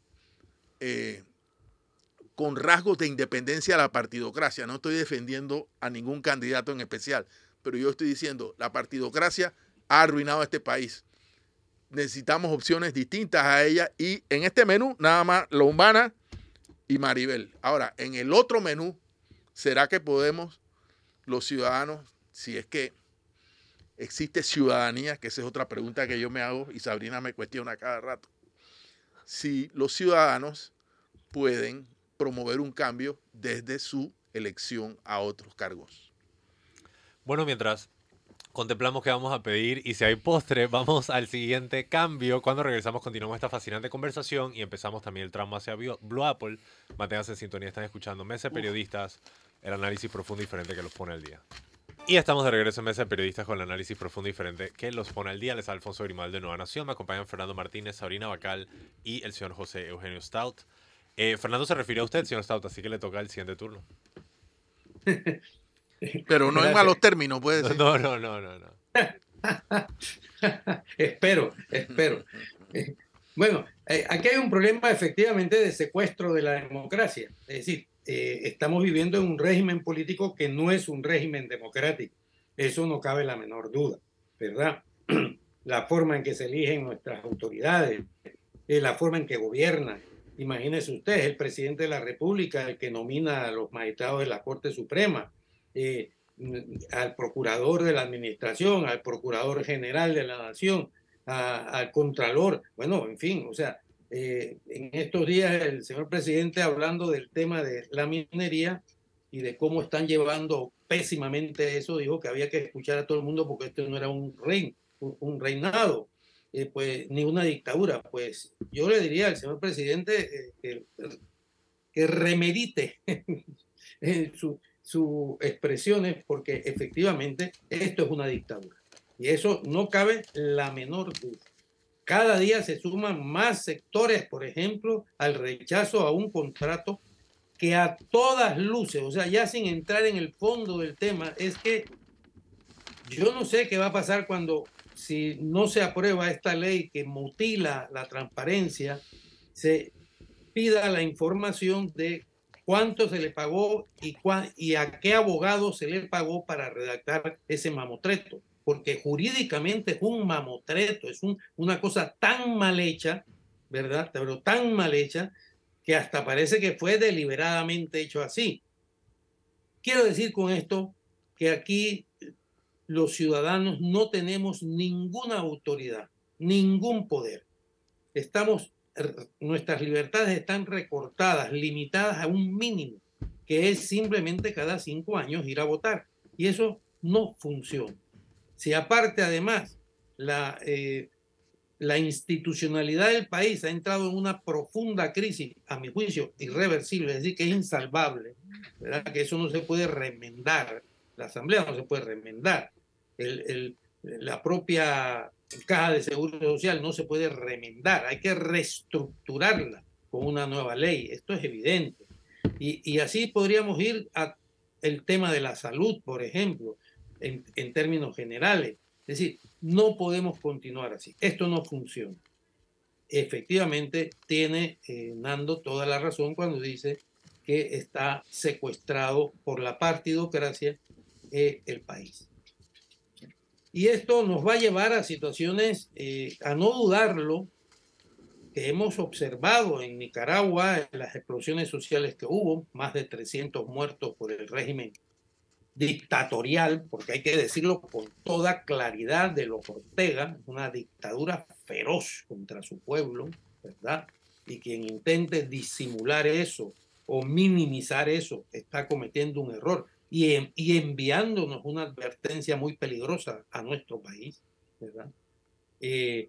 eh, con rasgos de independencia a la partidocracia. No estoy defendiendo a ningún candidato en especial, pero yo estoy diciendo, la partidocracia ha arruinado a este país. Necesitamos opciones distintas a ella, y en este menú nada más Lombana y Maribel. Ahora, en el otro menú, ¿será que podemos los ciudadanos, si es que existe ciudadanía, que esa es otra pregunta que yo me hago y Sabrina me cuestiona cada rato, si los ciudadanos pueden promover un cambio desde su elección a otros cargos? Bueno, mientras contemplamos qué vamos a pedir y si hay postre, vamos al siguiente cambio. Cuando regresamos continuamos esta fascinante conversación y empezamos también el tramo hacia Blue Apple. Manténganse en sintonía, están escuchando Mesa de Periodistas, el análisis profundo y diferente que los pone al día. Y estamos de regreso en Mesa de Periodistas con el análisis profundo y diferente que los pone al día. Les habla Alfonso Grimaldo de Nueva Nación. Me acompañan Fernando Martínez, Sabrina Bacal y el señor José Eugenio Stout. Eh, Fernando se refirió a usted, señor Stout, así que le toca el siguiente turno. Pero no en malos términos, puede decir. No, no, no, no, no. espero, espero. Bueno, eh, aquí hay un problema efectivamente de secuestro de la democracia. Es decir, eh, estamos viviendo en un régimen político que no es un régimen democrático. Eso no cabe la menor duda, ¿verdad? La forma en que se eligen nuestras autoridades, eh, la forma en que gobiernan. Imagínese usted, es el presidente de la República el que nomina a los magistrados de la Corte Suprema, eh, al procurador de la administración, al procurador general de la nación, a, al contralor, bueno, en fin, o sea, eh, en estos días el señor presidente hablando del tema de la minería y de cómo están llevando pésimamente eso, dijo que había que escuchar a todo el mundo porque esto no era un reino, un, un reinado, eh, pues ni una dictadura. Pues yo le diría al señor presidente eh, que, que remedite en su sus expresiones, porque efectivamente esto es una dictadura. Y eso no cabe la menor duda. cada día se suman más sectores, por ejemplo, al rechazo a un contrato que a todas luces, o sea, ya sin entrar en el fondo del tema, es que yo no sé qué va a pasar cuando, si no se aprueba esta ley que mutila la transparencia, se pida la información de cuánto se le pagó y, cuá, y a qué abogado se le pagó para redactar ese mamotreto, porque jurídicamente es un mamotreto, es un, una cosa tan mal hecha, ¿verdad? Pero tan mal hecha que hasta parece que fue deliberadamente hecho así. Quiero decir con esto que aquí los ciudadanos no tenemos ninguna autoridad, ningún poder. Estamos, nuestras libertades están recortadas, limitadas a un mínimo, que es simplemente cada cinco años ir a votar. Y eso no funciona. Si aparte, además, la, eh, la institucionalidad del país ha entrado en una profunda crisis, a mi juicio, irreversible, es decir, que es insalvable, ¿verdad? Que eso no se puede remendar, la Asamblea no se puede remendar, el, el, la propia Caja de Seguro Social no se puede remendar, hay que reestructurarla con una nueva ley, esto es evidente. Y, y así podríamos ir a el tema de la salud, por ejemplo, en, en términos generales. Es decir, no podemos continuar así. Esto no funciona. Efectivamente, tiene eh, Nando toda la razón cuando dice que está secuestrado por la partidocracia eh, el país. Y esto nos va a llevar a situaciones, eh, a no dudarlo, que hemos observado en Nicaragua, en las explosiones sociales que hubo, más de trescientos muertos por el régimen dictatorial, porque hay que decirlo con toda claridad de los Ortega, una dictadura feroz contra su pueblo, ¿verdad? Y quien intente disimular eso o minimizar eso está cometiendo un error y, en, y enviándonos una advertencia muy peligrosa a nuestro país, ¿verdad? Eh,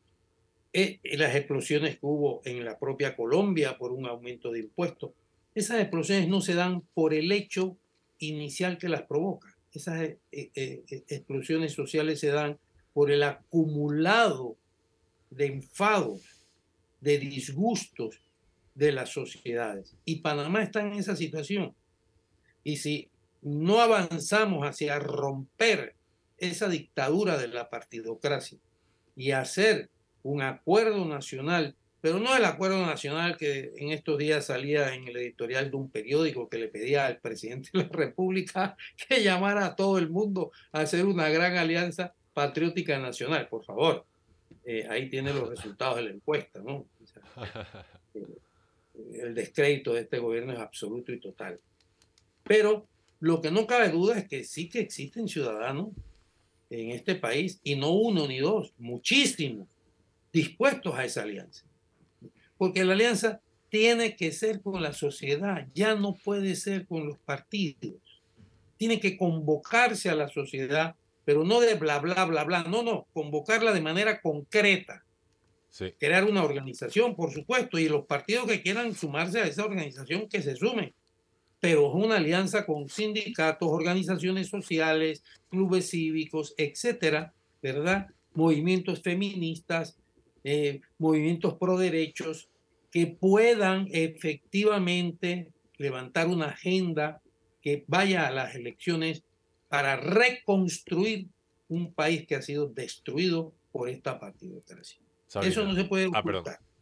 eh, las explosiones que hubo en la propia Colombia por un aumento de impuestos, esas explosiones no se dan por el hecho inicial que las provoca. Esas eh, eh, explosiones sociales se dan por el acumulado de enfados, de disgustos de las sociedades. Y Panamá está en esa situación. Y si no avanzamos hacia romper esa dictadura de la partidocracia y hacer un acuerdo nacional, pero no el acuerdo nacional que en estos días salía en el editorial de un periódico que le pedía al presidente de la República que llamara a todo el mundo a hacer una gran alianza patriótica nacional, por favor. Eh, ahí tiene los resultados de la encuesta, ¿no? O sea, eh, el descrédito de este gobierno es absoluto y total. Pero lo que no cabe duda es que sí que existen ciudadanos en este país, y no uno ni dos, muchísimos, dispuestos a esa alianza. Porque la alianza tiene que ser con la sociedad, ya no puede ser con los partidos. Tiene que convocarse a la sociedad, pero no de bla, bla, bla, bla, no, no, convocarla de manera concreta. Sí. Crear una organización, por supuesto, y los partidos que quieran sumarse a esa organización, que se sumen. Pero es una alianza con sindicatos, organizaciones sociales, clubes cívicos, etcétera, ¿verdad? Movimientos feministas, eh, movimientos pro derechos, que puedan efectivamente levantar una agenda que vaya a las elecciones para reconstruir un país que ha sido destruido por esta partidocracia. Eso no se puede ocultar. Ah,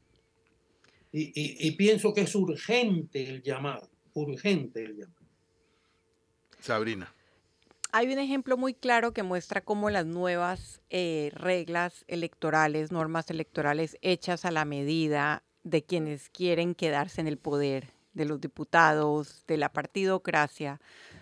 y, y, y pienso que es urgente el llamado. Urgente el llamado. Sabrina. Hay un ejemplo muy claro que muestra cómo las nuevas eh, reglas electorales, normas electorales hechas a la medida de quienes quieren quedarse en el poder, de los diputados, de la partidocracia,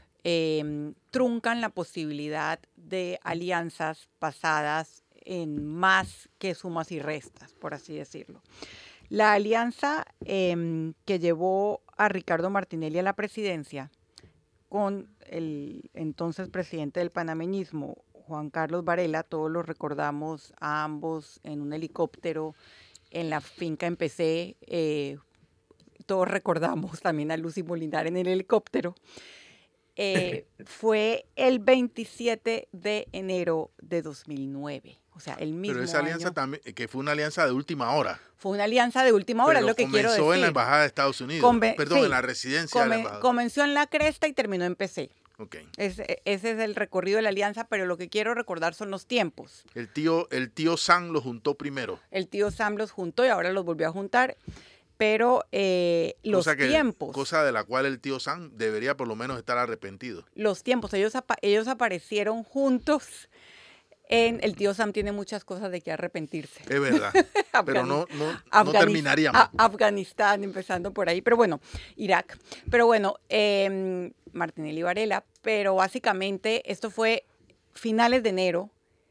eh, truncan la posibilidad de alianzas basadas en más que sumas y restas, por así decirlo. La alianza eh, que llevó a Ricardo Martinelli a la presidencia con el entonces presidente del panameñismo, Juan Carlos Varela, todos los recordamos a ambos en un helicóptero en la finca en P C, eh, todos recordamos también a Lucy Molinar en el helicóptero. eh, fue el veintisiete de enero de dos mil nueve. O sea, el mismo Pero esa alianza año. también, que fue una alianza de última hora. Fue una alianza de última hora, Pero es lo que quiero decir. comenzó en la embajada de Estados Unidos. Conve Perdón, sí, en la residencia de la come embajada. comenzó en la cresta y terminó en P C. Okay. Ese, ese es el recorrido de la alianza, pero lo que quiero recordar son los tiempos. El tío, el tío Sam los juntó primero. El tío Sam los juntó y ahora los volvió a juntar, pero eh, los cosa que, tiempos. Cosa de la cual el tío Sam debería por lo menos estar arrepentido. Los tiempos, ellos, apa ellos aparecieron juntos. En, el tío Sam tiene muchas cosas de que arrepentirse. Es verdad, pero no, no, no terminaríamos. A Afganistán, empezando por ahí, pero bueno, Irak. Pero bueno, eh, Martinelli Varela, pero básicamente esto fue finales de enero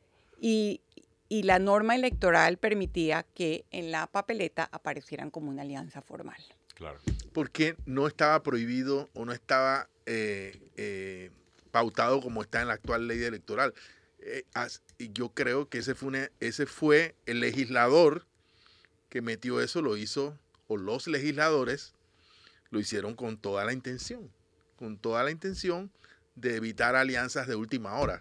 y, y la norma electoral permitía que en la papeleta aparecieran como una alianza formal. Claro. Porque no estaba prohibido o no estaba eh, eh, pautado como está en la actual ley electoral. Eh, as, y yo creo que ese fue, una, ese fue el legislador que metió eso, lo hizo, o los legisladores lo hicieron con toda la intención, con toda la intención de evitar alianzas de última hora.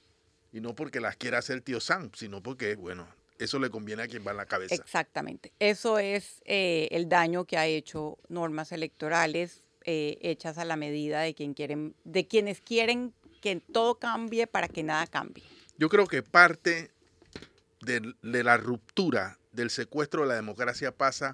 Y no porque las quiera hacer tío Sam, sino porque, bueno, eso le conviene a quien va en la cabeza. Exactamente. Eso es eh, el daño que ha hecho normas electorales eh, hechas a la medida de, quien quieren, de quienes quieren que todo cambie para que nada cambie. Yo creo que parte de, de la ruptura del secuestro de la democracia pasa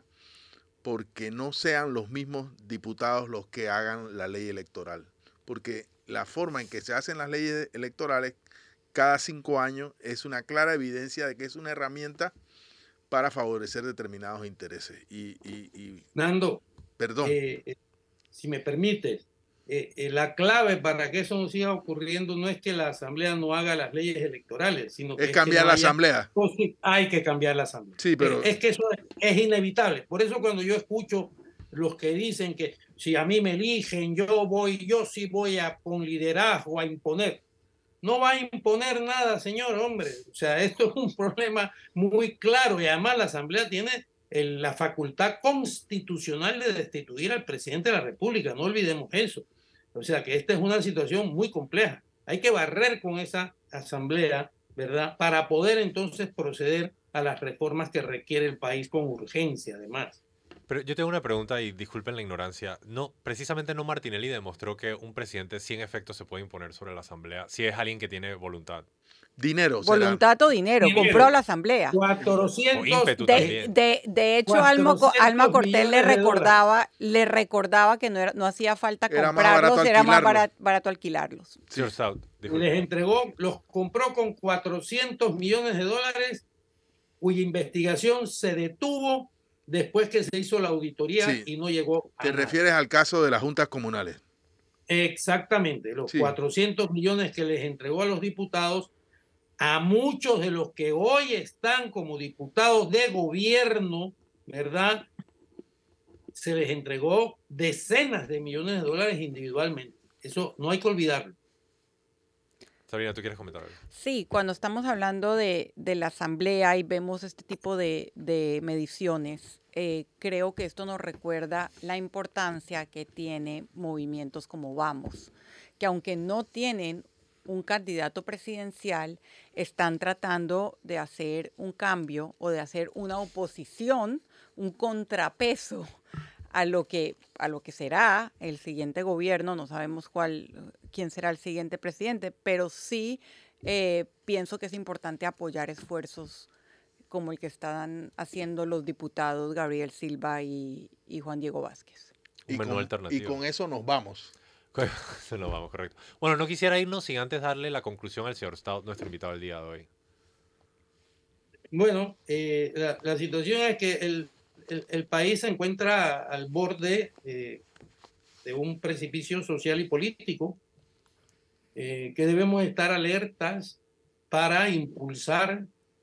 porque no sean los mismos diputados los que hagan la ley electoral. Porque la forma en que se hacen las leyes electorales cada cinco años es una clara evidencia de que es una herramienta para favorecer determinados intereses. Y, y, y Nando, perdón. Eh, eh, si me permites, eh, eh, la clave para que eso no siga ocurriendo no es que la Asamblea no haga las leyes electorales, sino que es cambiar es que no la haya, Asamblea. Hay que cambiar la Asamblea. Sí, pero... es, es que eso es, es inevitable. Por eso cuando yo escucho los que dicen que si a mí me eligen, yo voy, yo sí voy a con liderazgo a imponer. No va a imponer nada, señor, hombre. O sea, esto es un problema muy claro y además la Asamblea tiene el, la facultad constitucional de destituir al presidente de la República. No olvidemos eso. O sea, que esta es una situación muy compleja. Hay que barrer con esa Asamblea, ¿verdad? Para poder entonces proceder a las reformas que requiere el país con urgencia, además. Pero yo tengo una pregunta y disculpen la ignorancia. No, precisamente no Martinelli demostró que un presidente sí en efecto se puede imponer sobre la asamblea si es alguien que tiene voluntad. Dinero. Voluntad o dinero, dinero, compró la asamblea. cuatrocientos o ímpetu de, también. De, de hecho, Alma, Alma Cortés le recordaba, le recordaba que no, era, no hacía falta era comprarlos, más era más barato, barato alquilarlos. Sí. South, les entregó, los compró con cuatrocientos millones de dólares, cuya investigación se detuvo después que se hizo la auditoría sí. y no llegó a Te nada. refieres al caso de las juntas comunales. Exactamente, los sí. cuatrocientos millones que les entregó a los diputados, a muchos de los que hoy están como diputados de gobierno, ¿verdad? Se les entregó decenas de millones de dólares individualmente. Eso no hay que olvidarlo. Sabrina, ¿tú quieres comentar algo? Sí, cuando estamos hablando de, de la asamblea y vemos este tipo de, de mediciones, eh, creo que esto nos recuerda la importancia que tiene movimientos como Vamos, que aunque no tienen un candidato presidencial, están tratando de hacer un cambio o de hacer una oposición, un contrapeso a lo que, a lo que será el siguiente gobierno. No sabemos cuál, quién será el siguiente presidente, pero sí eh, pienso que es importante apoyar esfuerzos como el que están haciendo los diputados Gabriel Silva y, y Juan Diego Vázquez. Un menú con, alternativo. Y con eso nos vamos. Se nos vamos, correcto. Bueno, no quisiera irnos sin antes darle la conclusión al señor Stout, nuestro invitado del día de hoy. Bueno, eh, la, la situación es que el, el, el país se encuentra al borde eh, de un precipicio social y político eh, que debemos estar alertas para impulsar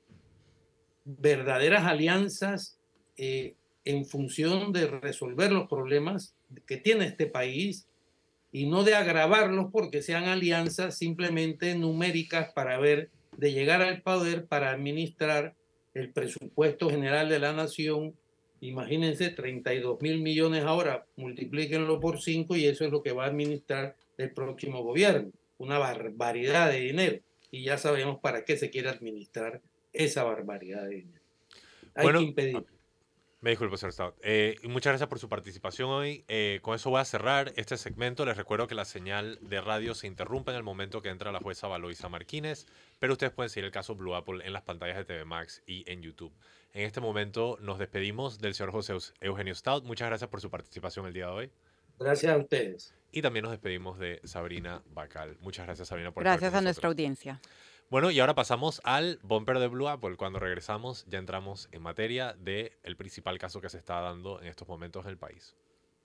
verdaderas alianzas eh, en función de resolver los problemas que tiene este país y no de agravarlos porque sean alianzas simplemente numéricas para ver de llegar al poder para administrar el presupuesto general de la nación Imagínense, treinta y dos mil millones ahora, multiplíquenlo por cinco y eso es lo que va a administrar el próximo gobierno. Una barbaridad de dinero. Y ya sabemos para qué se quiere administrar esa barbaridad de dinero. Hay Bueno, que impedir. me disculpo, señor Stout. Eh, y muchas gracias por su participación hoy. Eh, con eso voy a cerrar este segmento. Les recuerdo que la señal de radio se interrumpe en el momento que entra la jueza Valoisa Martínez, pero ustedes pueden seguir el caso Blue Apple en las pantallas de T V Max y en YouTube. En este momento nos despedimos del señor José Eugenio Stout. Muchas gracias por su participación el día de hoy. Gracias a ustedes. Y también nos despedimos de Sabrina Bacal. Muchas gracias, Sabrina, por Gracias estar con a nuestra nosotros. audiencia. Bueno, y ahora pasamos al bumper de Blue Apple. Cuando regresamos ya entramos en materia del principal caso que se está dando en estos momentos en el país.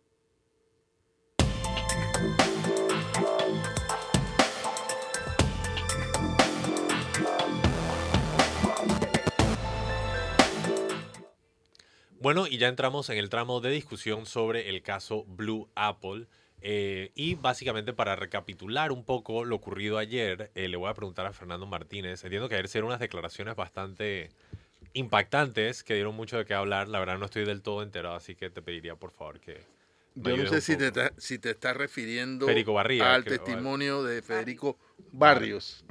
Bueno, y ya entramos en el tramo de discusión sobre el caso Blue Apple. Eh, y básicamente para recapitular un poco lo ocurrido ayer, eh, le voy a preguntar a Fernando Martínez. Entiendo que ayer hicieron unas declaraciones bastante impactantes que dieron mucho de qué hablar. La verdad no estoy del todo enterado, así que te pediría por favor que me Yo no ayudes sé un si te, poco. está- si te estás refiriendo Federico Barriga, al creo, testimonio de Federico Barrios.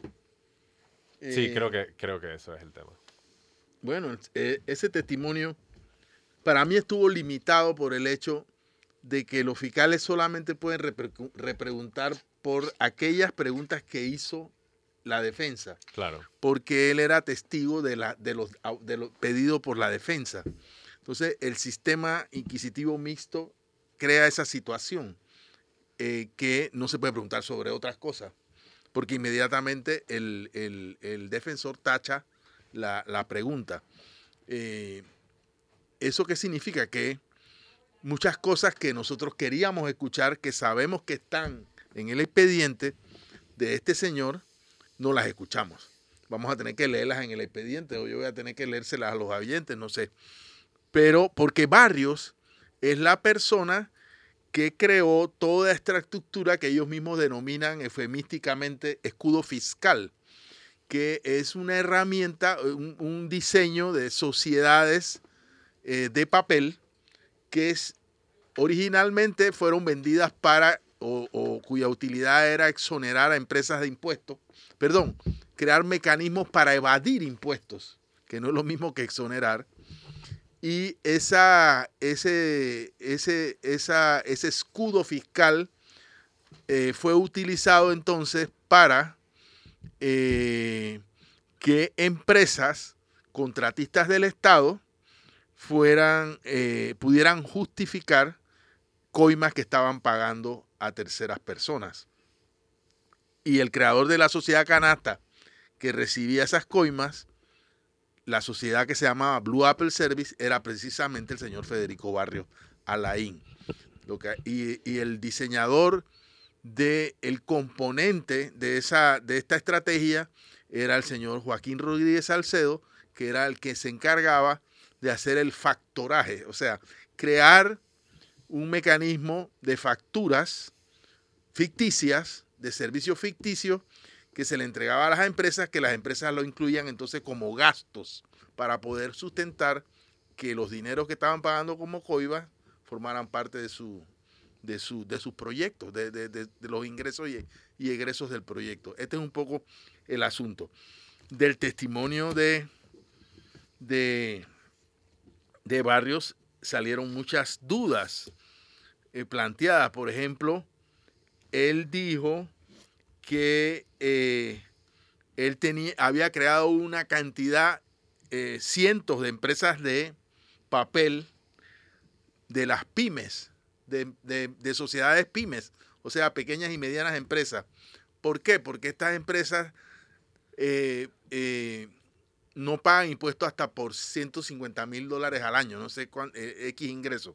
Sí, Eh, creo que, creo que eso es el tema. Bueno, eh, ese testimonio para mí estuvo limitado por el hecho de que los fiscales solamente pueden reprecu- repreguntar por aquellas preguntas que hizo la defensa, Claro. porque él era testigo de, la, de, los, de lo pedido por la defensa. Entonces, el sistema inquisitivo mixto crea esa situación eh, que no se puede preguntar sobre otras cosas, porque inmediatamente el, el, el defensor tacha la, la pregunta. Eh, ¿Eso qué significa? Que muchas cosas que nosotros queríamos escuchar, que sabemos que están en el expediente de este señor, no las escuchamos. Vamos a tener que leerlas en el expediente o yo voy a tener que leérselas a los oyentes, no sé. Pero porque Barrios es la persona que creó toda esta estructura que ellos mismos denominan eufemísticamente escudo fiscal, que es una herramienta, un, un diseño de sociedades eh, de papel que es, originalmente fueron vendidas para, o, o cuya utilidad era exonerar a empresas de impuestos, perdón, crear mecanismos para evadir impuestos, que no es lo mismo que exonerar. Y esa, ese, ese, esa, ese escudo fiscal eh, fue utilizado entonces para eh, que empresas contratistas del Estado fueran, eh, pudieran justificar coimas que estaban pagando a terceras personas. Y el creador de la sociedad canasta que recibía esas coimas, la sociedad que se llamaba Blue Apple Service, era precisamente el señor Federico Barrios Alain. Lo que, y, y el diseñador del componente de, esa, de esta estrategia era el señor Joaquín Rodríguez Salcedo, que era el que se encargaba de hacer el factoraje, o sea, crear un mecanismo de facturas ficticias, de servicios ficticios, que se le entregaba a las empresas, que las empresas lo incluían entonces como gastos para poder sustentar que los dineros que estaban pagando como coimas formaran parte de, su, de, su, de sus proyectos, de, de, de, de los ingresos y, y egresos del proyecto. Este es un poco el asunto. Del testimonio de, de, de Barrios salieron muchas dudas eh, planteadas. Por ejemplo, él dijo que eh, él tenía, había creado una cantidad, eh, cientos de empresas de papel de las pymes, de, de, de sociedades pymes, o sea, pequeñas y medianas empresas. ¿Por qué? Porque estas empresas eh, eh, no pagan impuestos hasta por ciento cincuenta mil dólares al año, no sé cuánto, eh, X ingresos.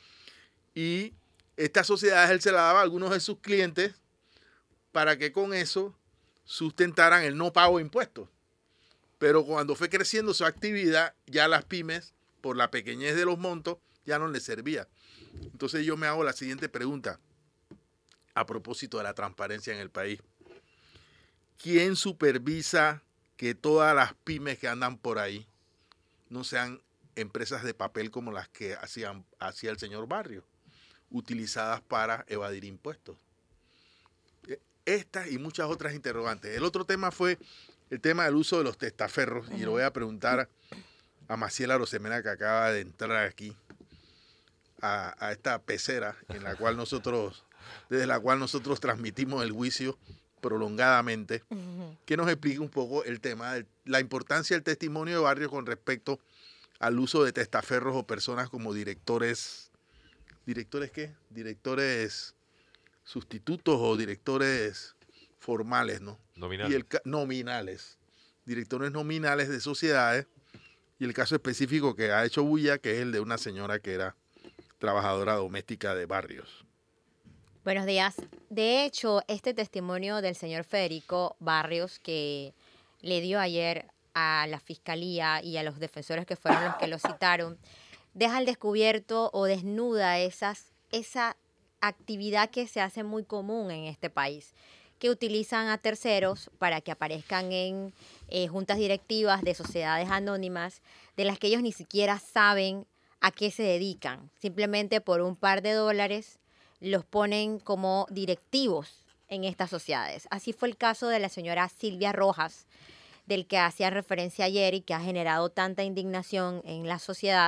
Y estas sociedades él se las daba a algunos de sus clientes para que con eso sustentaran el no pago de impuestos. Pero cuando fue creciendo su actividad, ya las pymes, por la pequeñez de los montos, ya no les servía. Entonces yo me hago la siguiente pregunta a propósito de la transparencia en el país. ¿Quién supervisa que todas las pymes que andan por ahí no sean empresas de papel como las que hacían, hacía el señor Barrios, utilizadas para evadir impuestos. Estas y muchas otras interrogantes. El otro tema fue el tema del uso de los testaferros, uh-huh. y lo voy a preguntar a Maciel Arosemena, que acaba de entrar aquí a, a esta pecera en la cual nosotros, desde la cual nosotros transmitimos el juicio prolongadamente, uh-huh. que nos explique un poco el tema de la importancia del testimonio de Barrios con respecto al uso de testaferros o personas como directores, ¿directores qué? Directores sustitutos o directores formales, ¿no? Nominales. Y el, nominales. Directores nominales de sociedades, y el caso específico que ha hecho bulla, que es el de una señora que era trabajadora doméstica de Barrios. Buenos días. De hecho, este testimonio del señor Federico Barrios que le dio ayer a la Fiscalía y a los defensores que fueron los que lo citaron, deja al descubierto o desnuda esas, esa actividad que se hace muy común en este país, que utilizan a terceros para que aparezcan en eh, juntas directivas de sociedades anónimas de las que ellos ni siquiera saben a qué se dedican. Simplemente por un par de dólares los ponen como directivos en estas sociedades. Así fue el caso de la señora Silvia Rojas, del que hacía referencia ayer y que ha generado tanta indignación en la sociedad.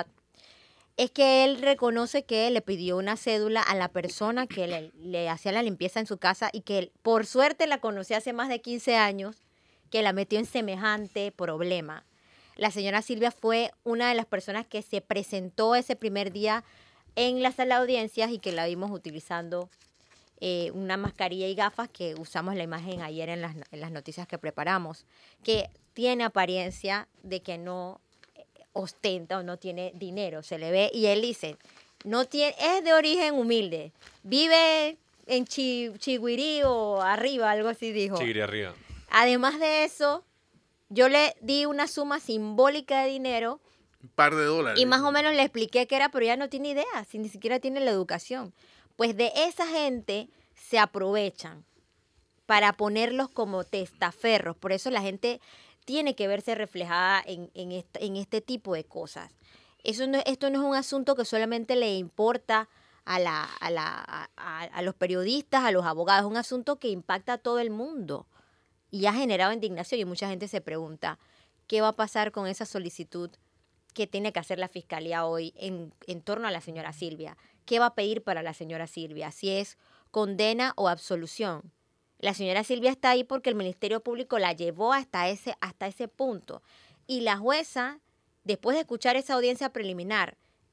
Es que él reconoce que le pidió una cédula a la persona que le, le hacía la limpieza en su casa y que él, por suerte la conocía hace más de quince años, que la metió en semejante problema. La señora Silvia fue una de las personas que se presentó ese primer día en la sala de audiencias y que la vimos utilizando eh, una mascarilla y gafas, que usamos la imagen ayer en las, en las noticias que preparamos, que tiene apariencia de que no ostenta o no tiene dinero, se le ve, y él dice, no tiene, es de origen humilde, vive en Chi, Chiguirí o arriba, algo así dijo. Chiguirí arriba. Además de eso, yo le di una suma simbólica de dinero, un par de dólares, y más o menos le expliqué qué era, pero ya no tiene idea, si ni siquiera tiene la educación. Pues de esa gente se aprovechan para ponerlos como testaferros, por eso la gente tiene que verse reflejada en, en, este, en este tipo de cosas. Eso no, esto no es un asunto que solamente le importa a, la, a, la, a, a los periodistas, a los abogados, es un asunto que impacta a todo el mundo y ha generado indignación, y mucha gente se pregunta, ¿qué va a pasar con esa solicitud que tiene que hacer la Fiscalía hoy en, en torno a la señora Silvia? ¿Qué va a pedir para la señora Silvia? Si es condena o absolución. La señora Silvia está ahí porque el Ministerio Público la llevó hasta ese, hasta ese punto. Y la jueza, después de escuchar esa audiencia preliminar,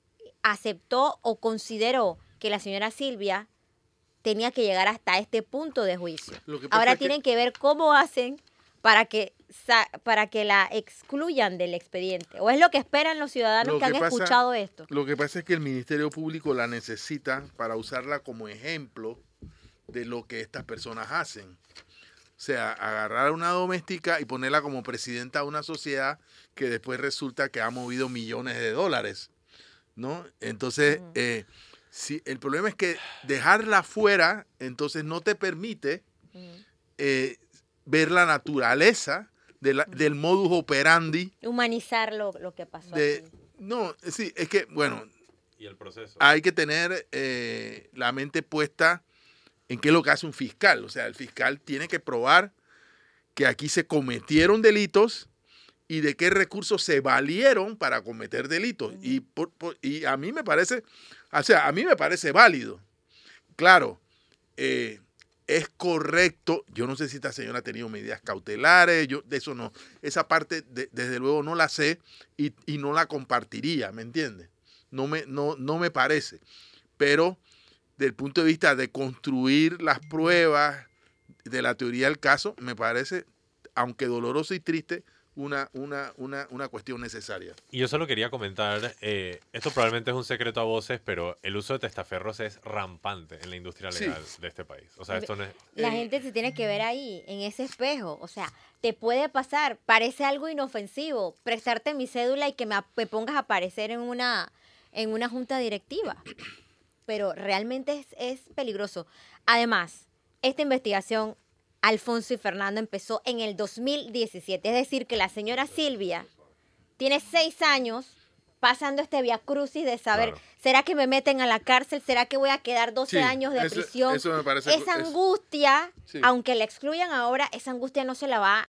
aceptó o consideró que la señora Silvia tenía que llegar hasta este punto de juicio. Ahora tienen que... que ver cómo hacen para que, para que la excluyan del expediente. ¿O es lo que esperan los ciudadanos que, que han pasa, escuchado esto? Lo que pasa es que el Ministerio Público la necesita para usarla como ejemplo de lo que estas personas hacen. O sea, agarrar a una doméstica y ponerla como presidenta de una sociedad que después resulta que ha movido millones de dólares, ¿no? Entonces, uh-huh. eh, si, el problema es que dejarla fuera, entonces no te permite uh-huh. eh, ver la naturaleza de la, uh-huh. del modus operandi. Humanizar lo, lo que pasó. De, no, sí, es que, bueno, y el proceso. Hay que tener eh, la mente puesta en qué es lo que hace un fiscal. O sea, el fiscal tiene que probar que aquí se cometieron delitos y de qué recursos se valieron para cometer delitos. Uh-huh. Y, por, por, y a mí me parece, o sea, a mí me parece válido. Claro, eh, es correcto. Yo no sé si esta señora ha tenido medidas cautelares, yo de eso no, esa parte de, desde luego no la sé y, y no la compartiría, ¿me entiendes? No me, no, no me parece. Pero desde el punto de vista de construir las pruebas de la teoría del caso, me parece, aunque doloroso y triste, una, una, una, una cuestión necesaria. Y yo solo quería comentar, eh, esto probablemente es un secreto a voces, pero el uso de testaferros es rampante en la industria legal sí. de este país. O sea, esto no es... La gente se tiene que ver ahí, en ese espejo. O sea, te puede pasar, parece algo inofensivo, prestarte mi cédula y que me, me pongas a aparecer en una, en una junta directiva. Pero realmente es, es peligroso. Además, esta investigación, Alfonso y Fernando, empezó en el dos mil diecisiete. Es decir, que la señora Silvia tiene seis años pasando este viacrucis de saber, Claro. ¿será que me meten a la cárcel? ¿Será que voy a quedar doce Sí, años de eso- prisión? eso me parece- esa es- angustia, sí. aunque la excluyan ahora, esa angustia no se la va